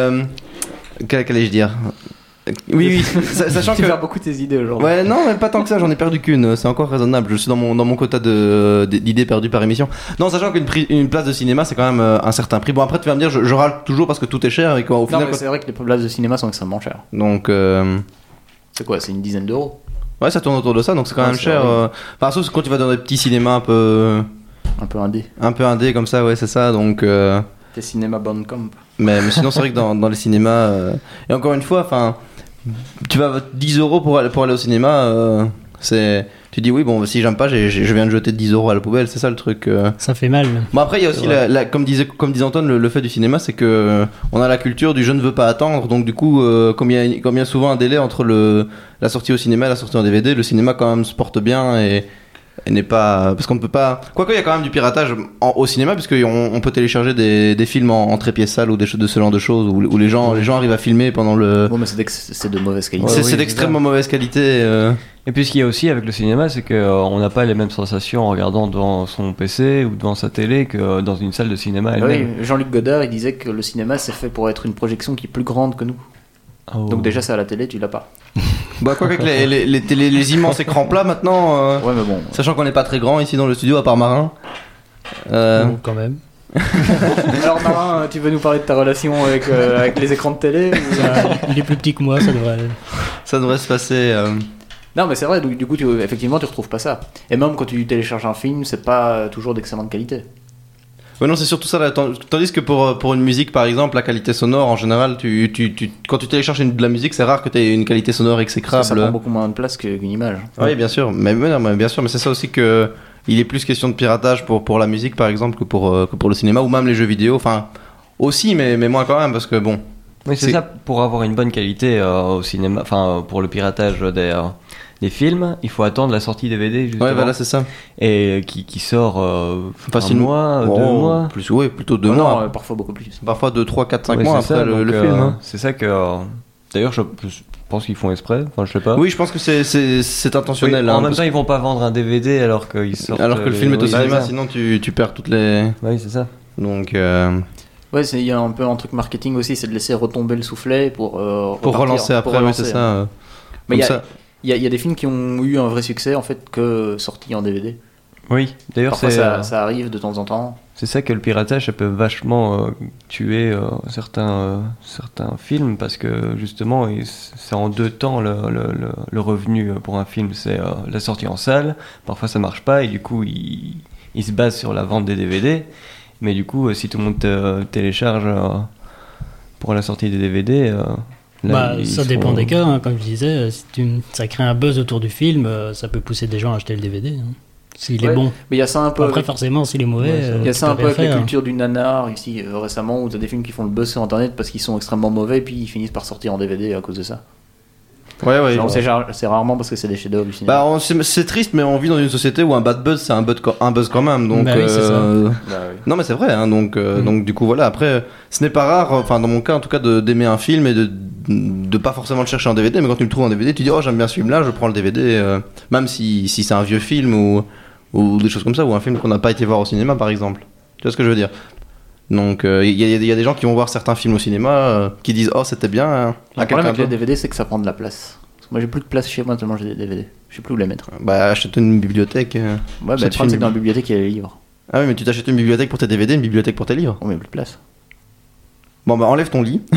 Qu'allais-je dire? Oui, sachant tu que. perds beaucoup tes idées aujourd'hui. Ouais, non, mais pas tant que ça, j'en ai perdu qu'une, c'est encore raisonnable, je suis dans mon quota d'idées perdues par émission. Non, sachant qu'une place de cinéma, c'est quand même un certain prix. Bon, après, tu vas me dire, je râle toujours parce que tout est cher et qu'au final. Non, mais c'est vrai que les places de cinéma sont extrêmement chères. Donc. C'est quoi, c'est une dizaine d'euros? Ouais, ça tourne autour de ça, donc c'est quand même cher. Enfin, sauf quand tu vas dans des petits cinémas un peu indé. Un peu indé, comme ça, ouais, c'est ça, donc. Des cinémas Bandcamp. Mais sinon, c'est vrai que dans les cinémas. Et encore une fois, enfin. Tu vas 10 euros pour aller au cinéma, tu dis oui, bon, si j'aime pas, je viens de jeter 10 euros à la poubelle, c'est ça le truc. Ça fait mal. Bon, après, il y a aussi, comme disait Antoine, le fait du cinéma, c'est que on a la culture du je ne veux pas attendre, donc du coup, comme il y a souvent un délai entre la sortie au cinéma et la sortie en DVD, le cinéma quand même se porte bien et n'est pas. Parce qu'on ne peut pas. Quoique, il y a quand même du piratage au cinéma, puisqu'on peut télécharger des films en trépied sale ou de ce genre de choses, où les gens arrivent à filmer pendant le. Bon, mais c'est de mauvaise qualité. C'est d'extrêmement mauvaise qualité. Et puis ce qu'il y a aussi avec le cinéma, c'est qu'on n'a pas les mêmes sensations en regardant devant son PC ou devant sa télé que dans une salle de cinéma elle-même. Oui, Jean-Luc Godard, il disait que le cinéma, c'est fait pour être une projection qui est plus grande que nous. Oh. Donc déjà, c'est à la télé, tu l'as pas. Bah quoi qu'avec les immenses écrans plats maintenant, ouais, mais bon, sachant qu'on n'est pas très grand ici dans le studio à part Marin. Quand même. Alors Marin, tu veux nous parler de ta relation avec les écrans de télé Il est plus petit que moi, ça devrait se passer. Non mais c'est vrai, du coup effectivement tu retrouves pas ça. Et même quand tu télécharges un film, c'est pas toujours d'excellente qualité. Ouais, non, c'est surtout ça là. Tandis que pour une musique par exemple, la qualité sonore en général, quand tu télécharges de la musique, c'est rare que tu aies une qualité sonore exécrable. Ça prend beaucoup moins de place qu'une image. Oui, bien sûr, mais bien sûr, mais c'est ça aussi que il est plus question de piratage pour la musique par exemple que pour le cinéma ou même les jeux vidéo. Enfin, aussi, mais moins quand même parce que bon. Oui, c'est ça, pour avoir une bonne qualité au cinéma, enfin pour le piratage des films, il faut attendre la sortie DVD justement. Ouais, voilà, c'est ça. Et qui sort facilement 1 mois, 2 mois. Plus, ouais, plutôt 2 mois. Non, parfois beaucoup plus. Parfois 2, 3, 4, 5 mois après le film. Hein. C'est ça que. D'ailleurs, je pense qu'ils font exprès. Enfin, je sais pas. Oui, je pense que c'est intentionnel. Oui, en même temps, ils vont pas vendre un DVD alors qu'ils sortent. Alors que le film est au cinéma, sinon tu perds toutes les. Oui, c'est ça. Donc. Ouais, il y a un peu un truc marketing aussi, c'est de laisser retomber le soufflet pour relancer après. Oui, c'est ça. Mais il y a des films qui ont eu un vrai succès en fait que sortis en DVD. Oui, d'ailleurs parfois ça arrive de temps en temps. C'est ça que le piratage, ça peut vachement tuer certains films parce que justement c'est en 2 temps le revenu pour un film, c'est la sortie en salle. Parfois ça marche pas et du coup il se base sur la vente des DVD. Mais du coup, si tout le monde télécharge pour la sortie des DVD, ça dépend des cas, hein, comme je disais. Si ça crée un buzz autour du film, ça peut pousser des gens à acheter le DVD. Hein, s'il est bon. Mais il y a ça un peu. Après, forcément, s'il est mauvais. Il y a ça un peu avec la culture du nanar ici récemment, où tu as des films qui font le buzz sur internet parce qu'ils sont extrêmement mauvais, et puis ils finissent par sortir en DVD à cause de ça. Ouais. C'est rarement parce que c'est des chefs-d'œuvre du cinéma. C'est triste, mais on vit dans une société où un bad buzz, c'est un buzz quand même. Donc, oui, c'est ça. Non, mais c'est vrai. Hein, donc du coup, voilà. Après, ce n'est pas rare, enfin, dans mon cas, en tout cas, d'aimer un film et de pas forcément le chercher en DVD. Mais quand tu le trouves en DVD, tu dis, oh, j'aime bien ce film-là, je prends le DVD, même si c'est un vieux film ou des choses comme ça, ou un film qu'on n'a pas été voir au cinéma, par exemple. Tu vois ce que je veux dire? Donc, il y a des gens qui vont voir certains films au cinéma qui disent oh c'était bien. Hein, le problème avec les DVD, c'est que ça prend de la place. Parce que moi j'ai plus de place chez moi tellement j'ai des DVD. Je sais plus où les mettre. Bah achète une bibliothèque. Ouais, bah, le problème c'est que dans la bibliothèque il y a les livres. Ah oui, mais tu t'achètes une bibliothèque pour tes DVD, une bibliothèque pour tes livres. On met plus de place. Bon bah enlève ton lit.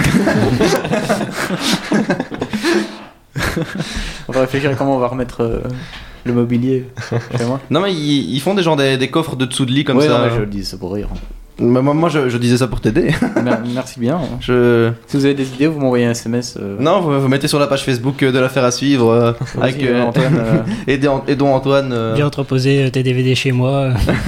On va réfléchir à comment on va remettre. le mobilier chez moi. Non, mais ils font des coffres de dessous de lit comme Ouais, ça. non, mais je le dis, c'est pour rire. Moi, je disais ça pour t'aider. Merci bien. Si vous avez des idées, vous m'envoyez un SMS. Non, vous mettez sur la page Facebook de l'affaire à suivre avec Antoine. aidons Antoine. Viens entreposer tes DVD chez moi.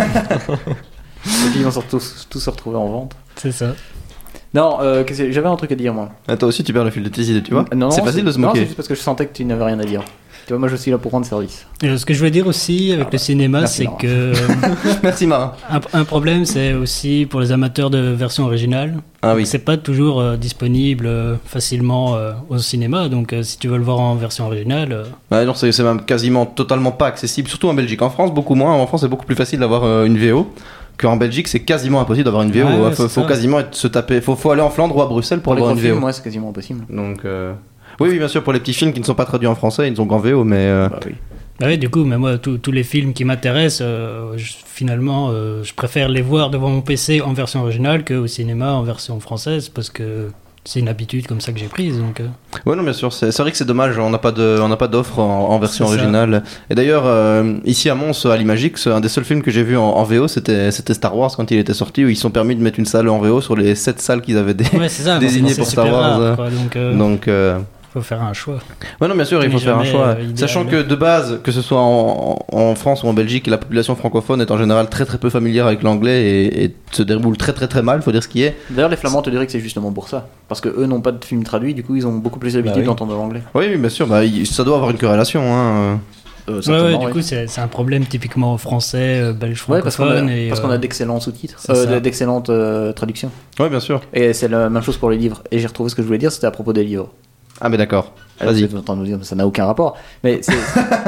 Et puis on sort tous se retrouver en vente. C'est ça. Non, j'avais un truc à dire moi. Ah, toi aussi tu perds le fil de tes idées, tu vois. Non, c'est facile de se Non, moquer. c'est juste parce que je sentais que tu n'avais rien à dire. Tu vois, moi je suis là pour rendre service. Ce que je voulais dire aussi avec le cinéma, merci, c'est Laurent. que Merci Marin. un problème, c'est aussi pour les amateurs de version originale. Ah oui. C'est pas toujours disponible facilement au cinéma, donc si tu veux le voir en version originale. Ouais, non, c'est même quasiment totalement pas accessible, surtout en Belgique. En France, beaucoup moins. En France, c'est beaucoup plus facile d'avoir une VO. Qu'en Belgique, c'est quasiment impossible d'avoir une VO. Ouais, faut quasiment se taper. Faut aller en Flandre ou à Bruxelles pour avoir une VO. Moi, c'est quasiment impossible. Donc, oui, bien sûr, pour les petits films qui ne sont pas traduits en français, ils ont qu'en VO, mais. Bah oui. Bah oui, du coup, mais moi, tous les films qui m'intéressent, finalement, je préfère les voir devant mon PC en version originale qu'au cinéma en version française, parce que c'est une habitude comme ça que j'ai prise. Donc, Ouais, non, bien sûr. C'est vrai que c'est dommage. On n'a pas d'offre en version C'est ça. originale. Et d'ailleurs, ici à Mons, à l'Imagique, un des seuls films que j'ai vu en VO, c'était Star Wars quand il était sorti, où ils se sont permis de mettre une salle en VO sur les 7 salles qu'ils avaient ouais, c'est ça. désignées c'est pour super Star Wars. rare, quoi, donc, faut faire un choix. Ouais, non, bien sûr, il faut Mais faire un jamais, choix. idéal. Sachant que de base, que ce soit en France ou en Belgique, la population francophone est en général très très peu familière avec l'anglais et se déroule très très très mal, faut dire ce qui est. D'ailleurs, les Flamands te diraient que c'est justement pour ça. Parce que eux n'ont pas de film traduit, du coup, ils ont beaucoup plus l'habitude oui. d'entendre l'anglais. Oui, bien sûr, ça doit avoir une corrélation. Hein. Ouais, du coup, c'est un problème typiquement français, belge Ouais, parce francophone. parce qu'on a d'excellents sous-titres, c'est ça. d'excellentes traductions. Ouais, bien sûr. Et c'est la même chose pour les livres. Et j'ai retrouvé ce que je voulais dire, c'était à propos des livres. Ah, mais d'accord. Alors, Vas-y. vous êtes en train de nous dire, ça n'a aucun rapport. Mais c'est.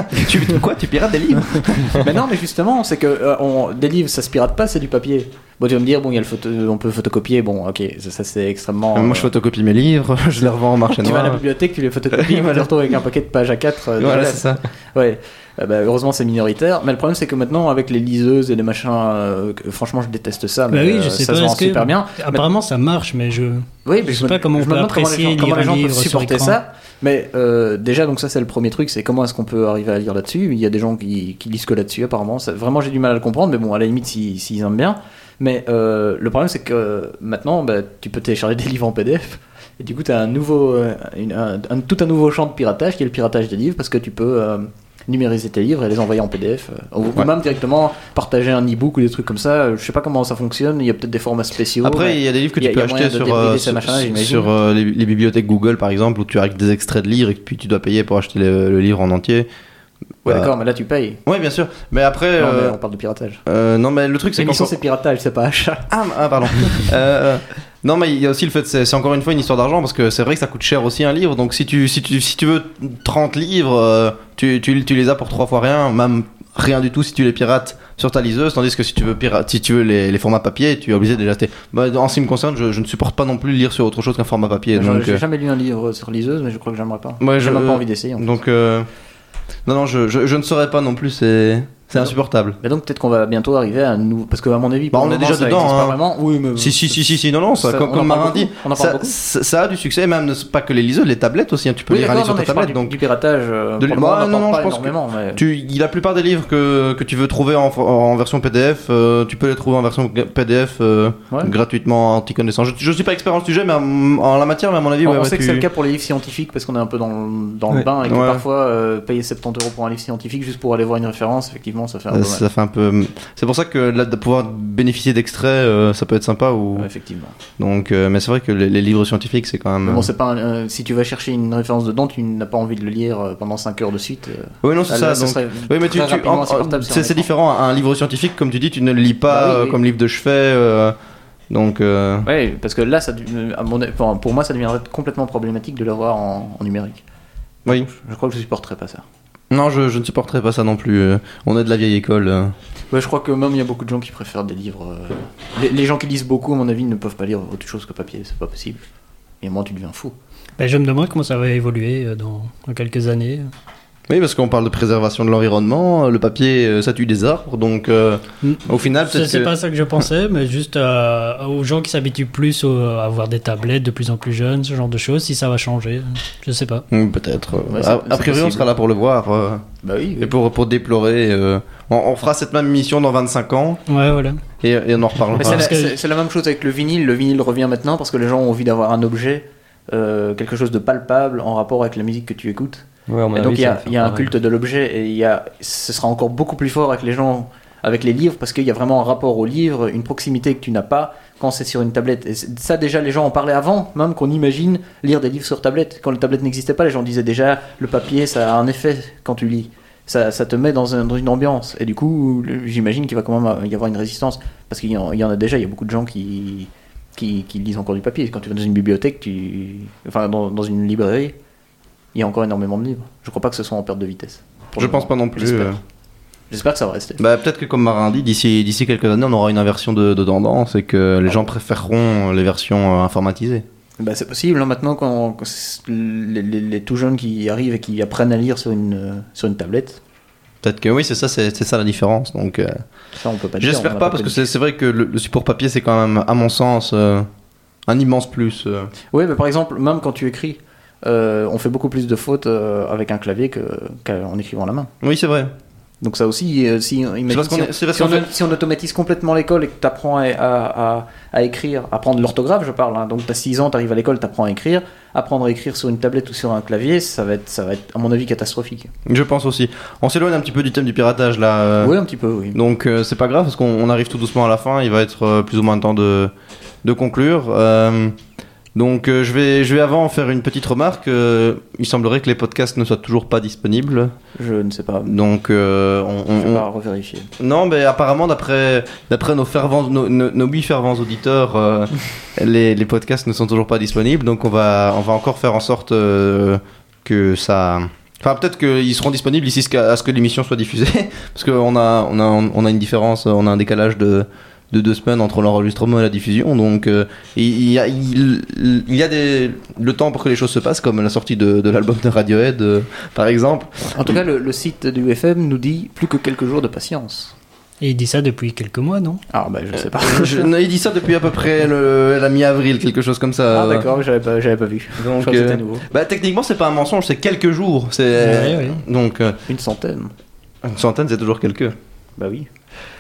Tu pirates des livres? Mais non, mais justement, c'est que des livres, ça se pirate pas, c'est du papier. Bon, tu vas me dire, bon, il y a on peut photocopier, bon, ok, ça c'est extrêmement. Moi, je photocopie mes livres, je les revends en marché Tu vas à la noir. bibliothèque, tu les photocopies, tu te retrouves avec un paquet de pages à 4. Voilà, c'est ça. Ouais. Heureusement, c'est minoritaire. Mais le problème, c'est que maintenant, avec les liseuses et les machins, franchement, je déteste ça. Mais Bah oui, je sais ça pas. se vend Est-ce que super bien. apparemment, ça marche, mais Oui, je sais pas comment on peut apprécier comment lire les un gens peuvent livre sur supporter écran. ça. Mais déjà, donc ça, c'est le premier truc, c'est comment est-ce qu'on peut arriver à lire là-dessus. Il y a des gens qui lisent que là-dessus, apparemment. Vraiment, j'ai du mal à le comprendre, mais bon, à la limite, s'ils aiment bien. Mais le problème, c'est que maintenant, tu peux télécharger des livres en PDF. Et du coup, tu as tout un nouveau champ de piratage qui est le piratage des livres, parce que tu peux numériser tes livres et les envoyer en PDF. Ou même directement partager un e-book ou des trucs comme ça. Je sais pas comment ça fonctionne, il y a peut-être des formats spéciaux. Après, il y a des livres que tu peux acheter sur les bibliothèques Google, par exemple, où tu as des extraits de livres et puis tu dois payer pour acheter le livre en entier. Ouais, d'accord, mais là tu payes. Ouais, bien sûr. Mais après. Non, mais on parle de piratage. Non, mais le truc, c'est l'émission, c'est piratage, c'est pas achat. Ah, pardon. Non, mais il y a aussi le fait, c'est encore une fois une histoire d'argent, parce que c'est vrai que ça coûte cher aussi un livre. Donc si tu veux 30 livres, tu les as pour 3 fois rien, même rien du tout si tu les pirates sur ta liseuse. Tandis que si tu veux les formats papier, tu es obligé de les acheter. En ce qui me concerne, je ne supporte pas non plus lire sur autre chose qu'un format papier. J'ai jamais lu un livre sur liseuse, mais je crois que j'aimerais pas. Ouais, j'ai même pas envie d'essayer. Donc, non, je ne saurais pas non plus, c'est insupportable. Mais donc peut-être qu'on va bientôt arriver à nous, parce que à mon avis, on est déjà dedans. Hein. Vraiment. Oui, mais si, non, ça, comme Marin dit, on en parle beaucoup. Ça a du succès, même pas que les liseuses, les tablettes aussi. Hein, tu peux lire un livre sur ta tablette. Donc du piratage. Non, je pense que la plupart des livres que tu veux trouver en version PDF, tu peux les trouver en version PDF gratuitement, anti-connaissance. Je suis pas expert en ce sujet, mais en la matière, mais à mon avis, on sait que c'est le cas pour les livres scientifiques, parce qu'on est un peu dans le bain et que parfois payer 70€ pour un livre scientifique juste pour aller voir une référence, effectivement. Ça fait un peu mal. Ça fait un peu. C'est pour ça que là, de pouvoir bénéficier d'extraits, ça peut être sympa. Effectivement. Donc, mais c'est vrai que les livres scientifiques, c'est quand même. Bon, c'est pas si tu vas chercher une référence dedans, tu n'as pas envie de le lire pendant 5 heures de suite. Oui, non, c'est ça. Donc... Oui, mais c'est différent. Un livre scientifique, comme tu dis, tu ne le lis pas comme livre de chevet. Donc. Oui, parce que là, pour moi, ça deviendrait complètement problématique de l'avoir en numérique. Oui. Je crois que je supporterais pas ça. Non, je ne supporterais pas ça non plus. On est de la vieille école. Ouais, je crois que même il y a beaucoup de gens qui préfèrent des livres. Les gens qui lisent beaucoup, à mon avis, ne peuvent pas lire autre chose que papier. C'est pas possible. Et moi, tu deviens fou. Je me demande comment ça va évoluer dans quelques années. Oui, parce qu'on parle de préservation de l'environnement, le papier, ça tue des arbres, donc au final, peut-être c'est pas ça que je pensais, mais juste aux gens qui s'habituent plus à avoir des tablettes de plus en plus jeunes, ce genre de choses, si ça va changer, je sais pas. Peut-être. Ouais, a priori, on sera là pour le voir. Bah oui. Et pour déplorer. On fera cette même émission dans 25 ans. Ouais, voilà. Et on en reparlera. C'est la même chose avec le vinyle. Le vinyle revient maintenant parce que les gens ont envie d'avoir un objet, quelque chose de palpable en rapport avec la musique que tu écoutes. Ouais, et donc il y a un culte de l'objet et ce sera encore beaucoup plus fort avec les gens, avec les livres, parce qu'il y a vraiment un rapport au livre, une proximité que tu n'as pas quand c'est sur une tablette. Et ça déjà les gens en parlaient avant, même qu'on imagine lire des livres sur tablette. Quand les tablettes n'existaient pas, les gens disaient déjà le papier ça a un effet quand tu lis. Ça te met dans une ambiance. Et du coup, j'imagine qu'il va quand même y avoir une résistance. Parce qu'il y en a déjà, il y a beaucoup de gens qui lisent encore du papier. Quand tu vas dans une bibliothèque, dans une librairie, il y a encore énormément de livres. Je crois pas que ce soit en perte de vitesse. Je pense pas non plus. J'espère que ça va rester. Peut-être que comme Marin dit, d'ici quelques années, on aura une inversion de tendance et que les gens préféreront les versions informatisées. C'est possible. Maintenant, quand les tout jeunes qui arrivent et qui apprennent à lire sur une tablette. Peut-être que oui, c'est ça la différence. Donc, ça, on peut pas. J'espère pas parce que c'est vrai que le support papier, c'est quand même, à mon sens, un immense plus. Oui, mais par exemple, même quand tu écris. On fait beaucoup plus de fautes avec un clavier qu'en écrivant à la main. Oui, c'est vrai. Donc ça aussi, si on automatise complètement l'école et que tu apprends à écrire, apprendre l'orthographe, je parle, hein. Donc tu as 6 ans, tu arrives à l'école, tu apprends à écrire. Apprendre à écrire sur une tablette ou sur un clavier, ça va être à mon avis catastrophique. Je pense aussi. On s'éloigne un petit peu du thème du piratage là. Oui, un petit peu, oui. Donc c'est pas grave parce qu'on arrive tout doucement à la fin. Il va être plus ou moins temps de conclure. Donc je vais avant faire une petite remarque. Il semblerait que les podcasts ne soient toujours pas disponibles. Je ne sais pas. Donc je vais pas revérifier. Non, mais apparemment d'après nos 8 fervents auditeurs, les podcasts ne sont toujours pas disponibles. Donc on va encore faire en sorte que ça. Enfin, peut-être qu'ils seront disponibles ici à ce que l'émission soit diffusée, parce qu'on a une différence, on a un décalage de 2 semaines entre l'enregistrement et la diffusion, donc il y a le temps pour que les choses se passent, comme la sortie de l'album de Radiohead par exemple. En tout cas, le site du UFM nous dit plus que quelques jours de patience. Et il dit ça depuis quelques mois, non ? Ah je sais pas. Il dit ça depuis à peu près la mi-avril, quelque chose comme ça. Ah d'accord, j'avais pas vu. Donc je c'était nouveau. Techniquement c'est pas un mensonge, c'est quelques jours. Oui. Donc une centaine. Une centaine, c'est toujours quelques. Bah oui.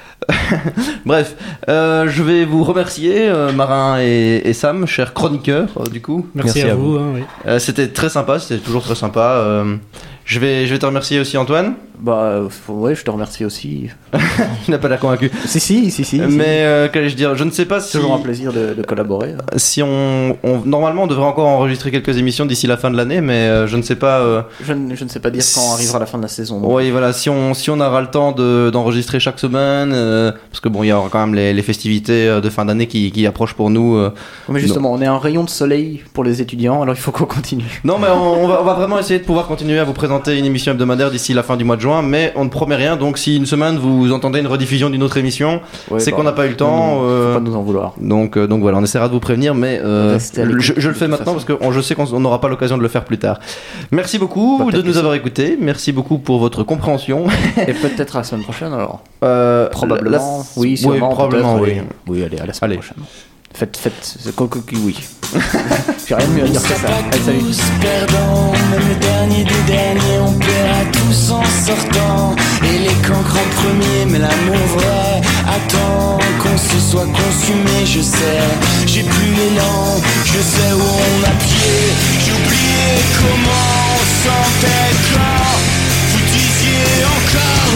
Bref, je vais vous remercier Marin et Sam, chers chroniqueurs du coup. Merci à vous. Hein, oui. C'était très sympa, c'était toujours très sympa. Je vais te remercier aussi Antoine. Ouais, je te remercie aussi. Tu n'as pas l'air convaincu. Si. Mais qu'allais-je dire, je ne sais pas si... C'est toujours un plaisir de collaborer. Si normalement on devrait encore enregistrer quelques émissions d'ici la fin de l'année, mais je ne sais pas... Je ne sais pas dire quand arrivera la fin de la saison. Oui, voilà, si on aura le temps d'enregistrer chaque semaine, parce que bon, il y aura quand même les festivités de fin d'année qui approchent pour nous. Mais justement, on est un rayon de soleil pour les étudiants, alors il faut qu'on continue. Non, mais on va vraiment essayer de pouvoir continuer à vous présenter une émission hebdomadaire d'ici la fin du mois de juin, mais on ne promet rien. Donc si une semaine vous entendez une rediffusion d'une autre émission, c'est qu'on n'a pas eu le temps. Faut pas nous en vouloir. Donc voilà, on essaiera de vous prévenir, mais je le fais maintenant parce que je sais qu'on n'aura pas l'occasion de le faire plus tard. Merci beaucoup de nous avoir écoutés. Merci beaucoup pour votre compréhension. Et peut-être à la semaine prochaine alors. Probablement. Oui, sûrement, probablement. Oui, allez, à la semaine prochaine. Faites oui. J'ai rien de mieux à dire que ça. Allez, salut. Perdants, même le dernier des derniers, on paiera tous en sortant. Et les cancres en premier, mais l'amour vrai attend qu'on se soit consumé. Je sais, j'ai plus l'élan, je sais où on a pied. J'ai oublié comment on sentait quand vous disiez encore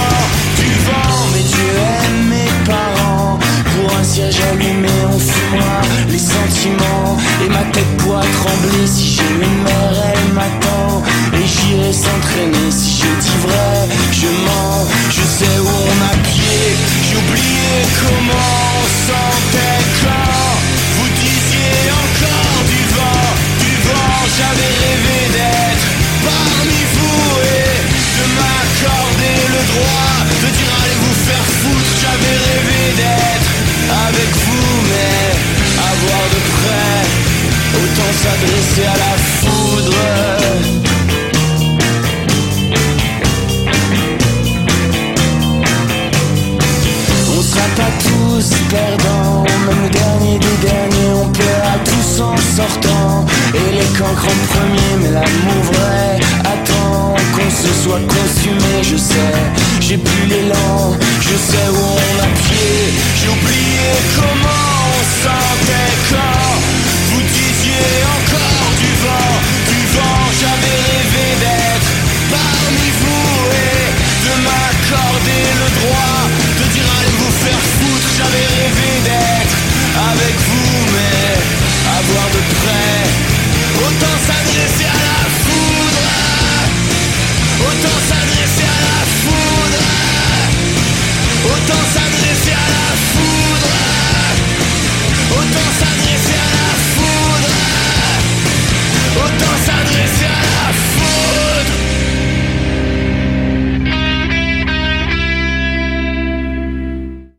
du vent. Mais Dieu aime mes parents. Pour un siège allumé, on fumoie les sentiments. Et ma tête pourra trembler si j'ai une mère, elle m'attend. Et j'irai s'entraîner si je dis vrai, je mens. Je sais où on a pied, j'ai oublié comment on sentait quand vous disiez encore du vent. J'avais rêvé d'être parmi vous et de m'accorder le droit de dire allez vous faire foutre. J'avais rêvé d'être avec vous, mais à voir de près, autant s'adresser à la foudre. tous perdants, même le dernier des derniers, on paiera tous en sortant. Et les cancres en premier, mais l'amour vrai attend qu'on se soit consumé. Je sais, j'ai plus l'élan, je sais où on a pied. J'ai oublié comment on sentait quand vous disiez encore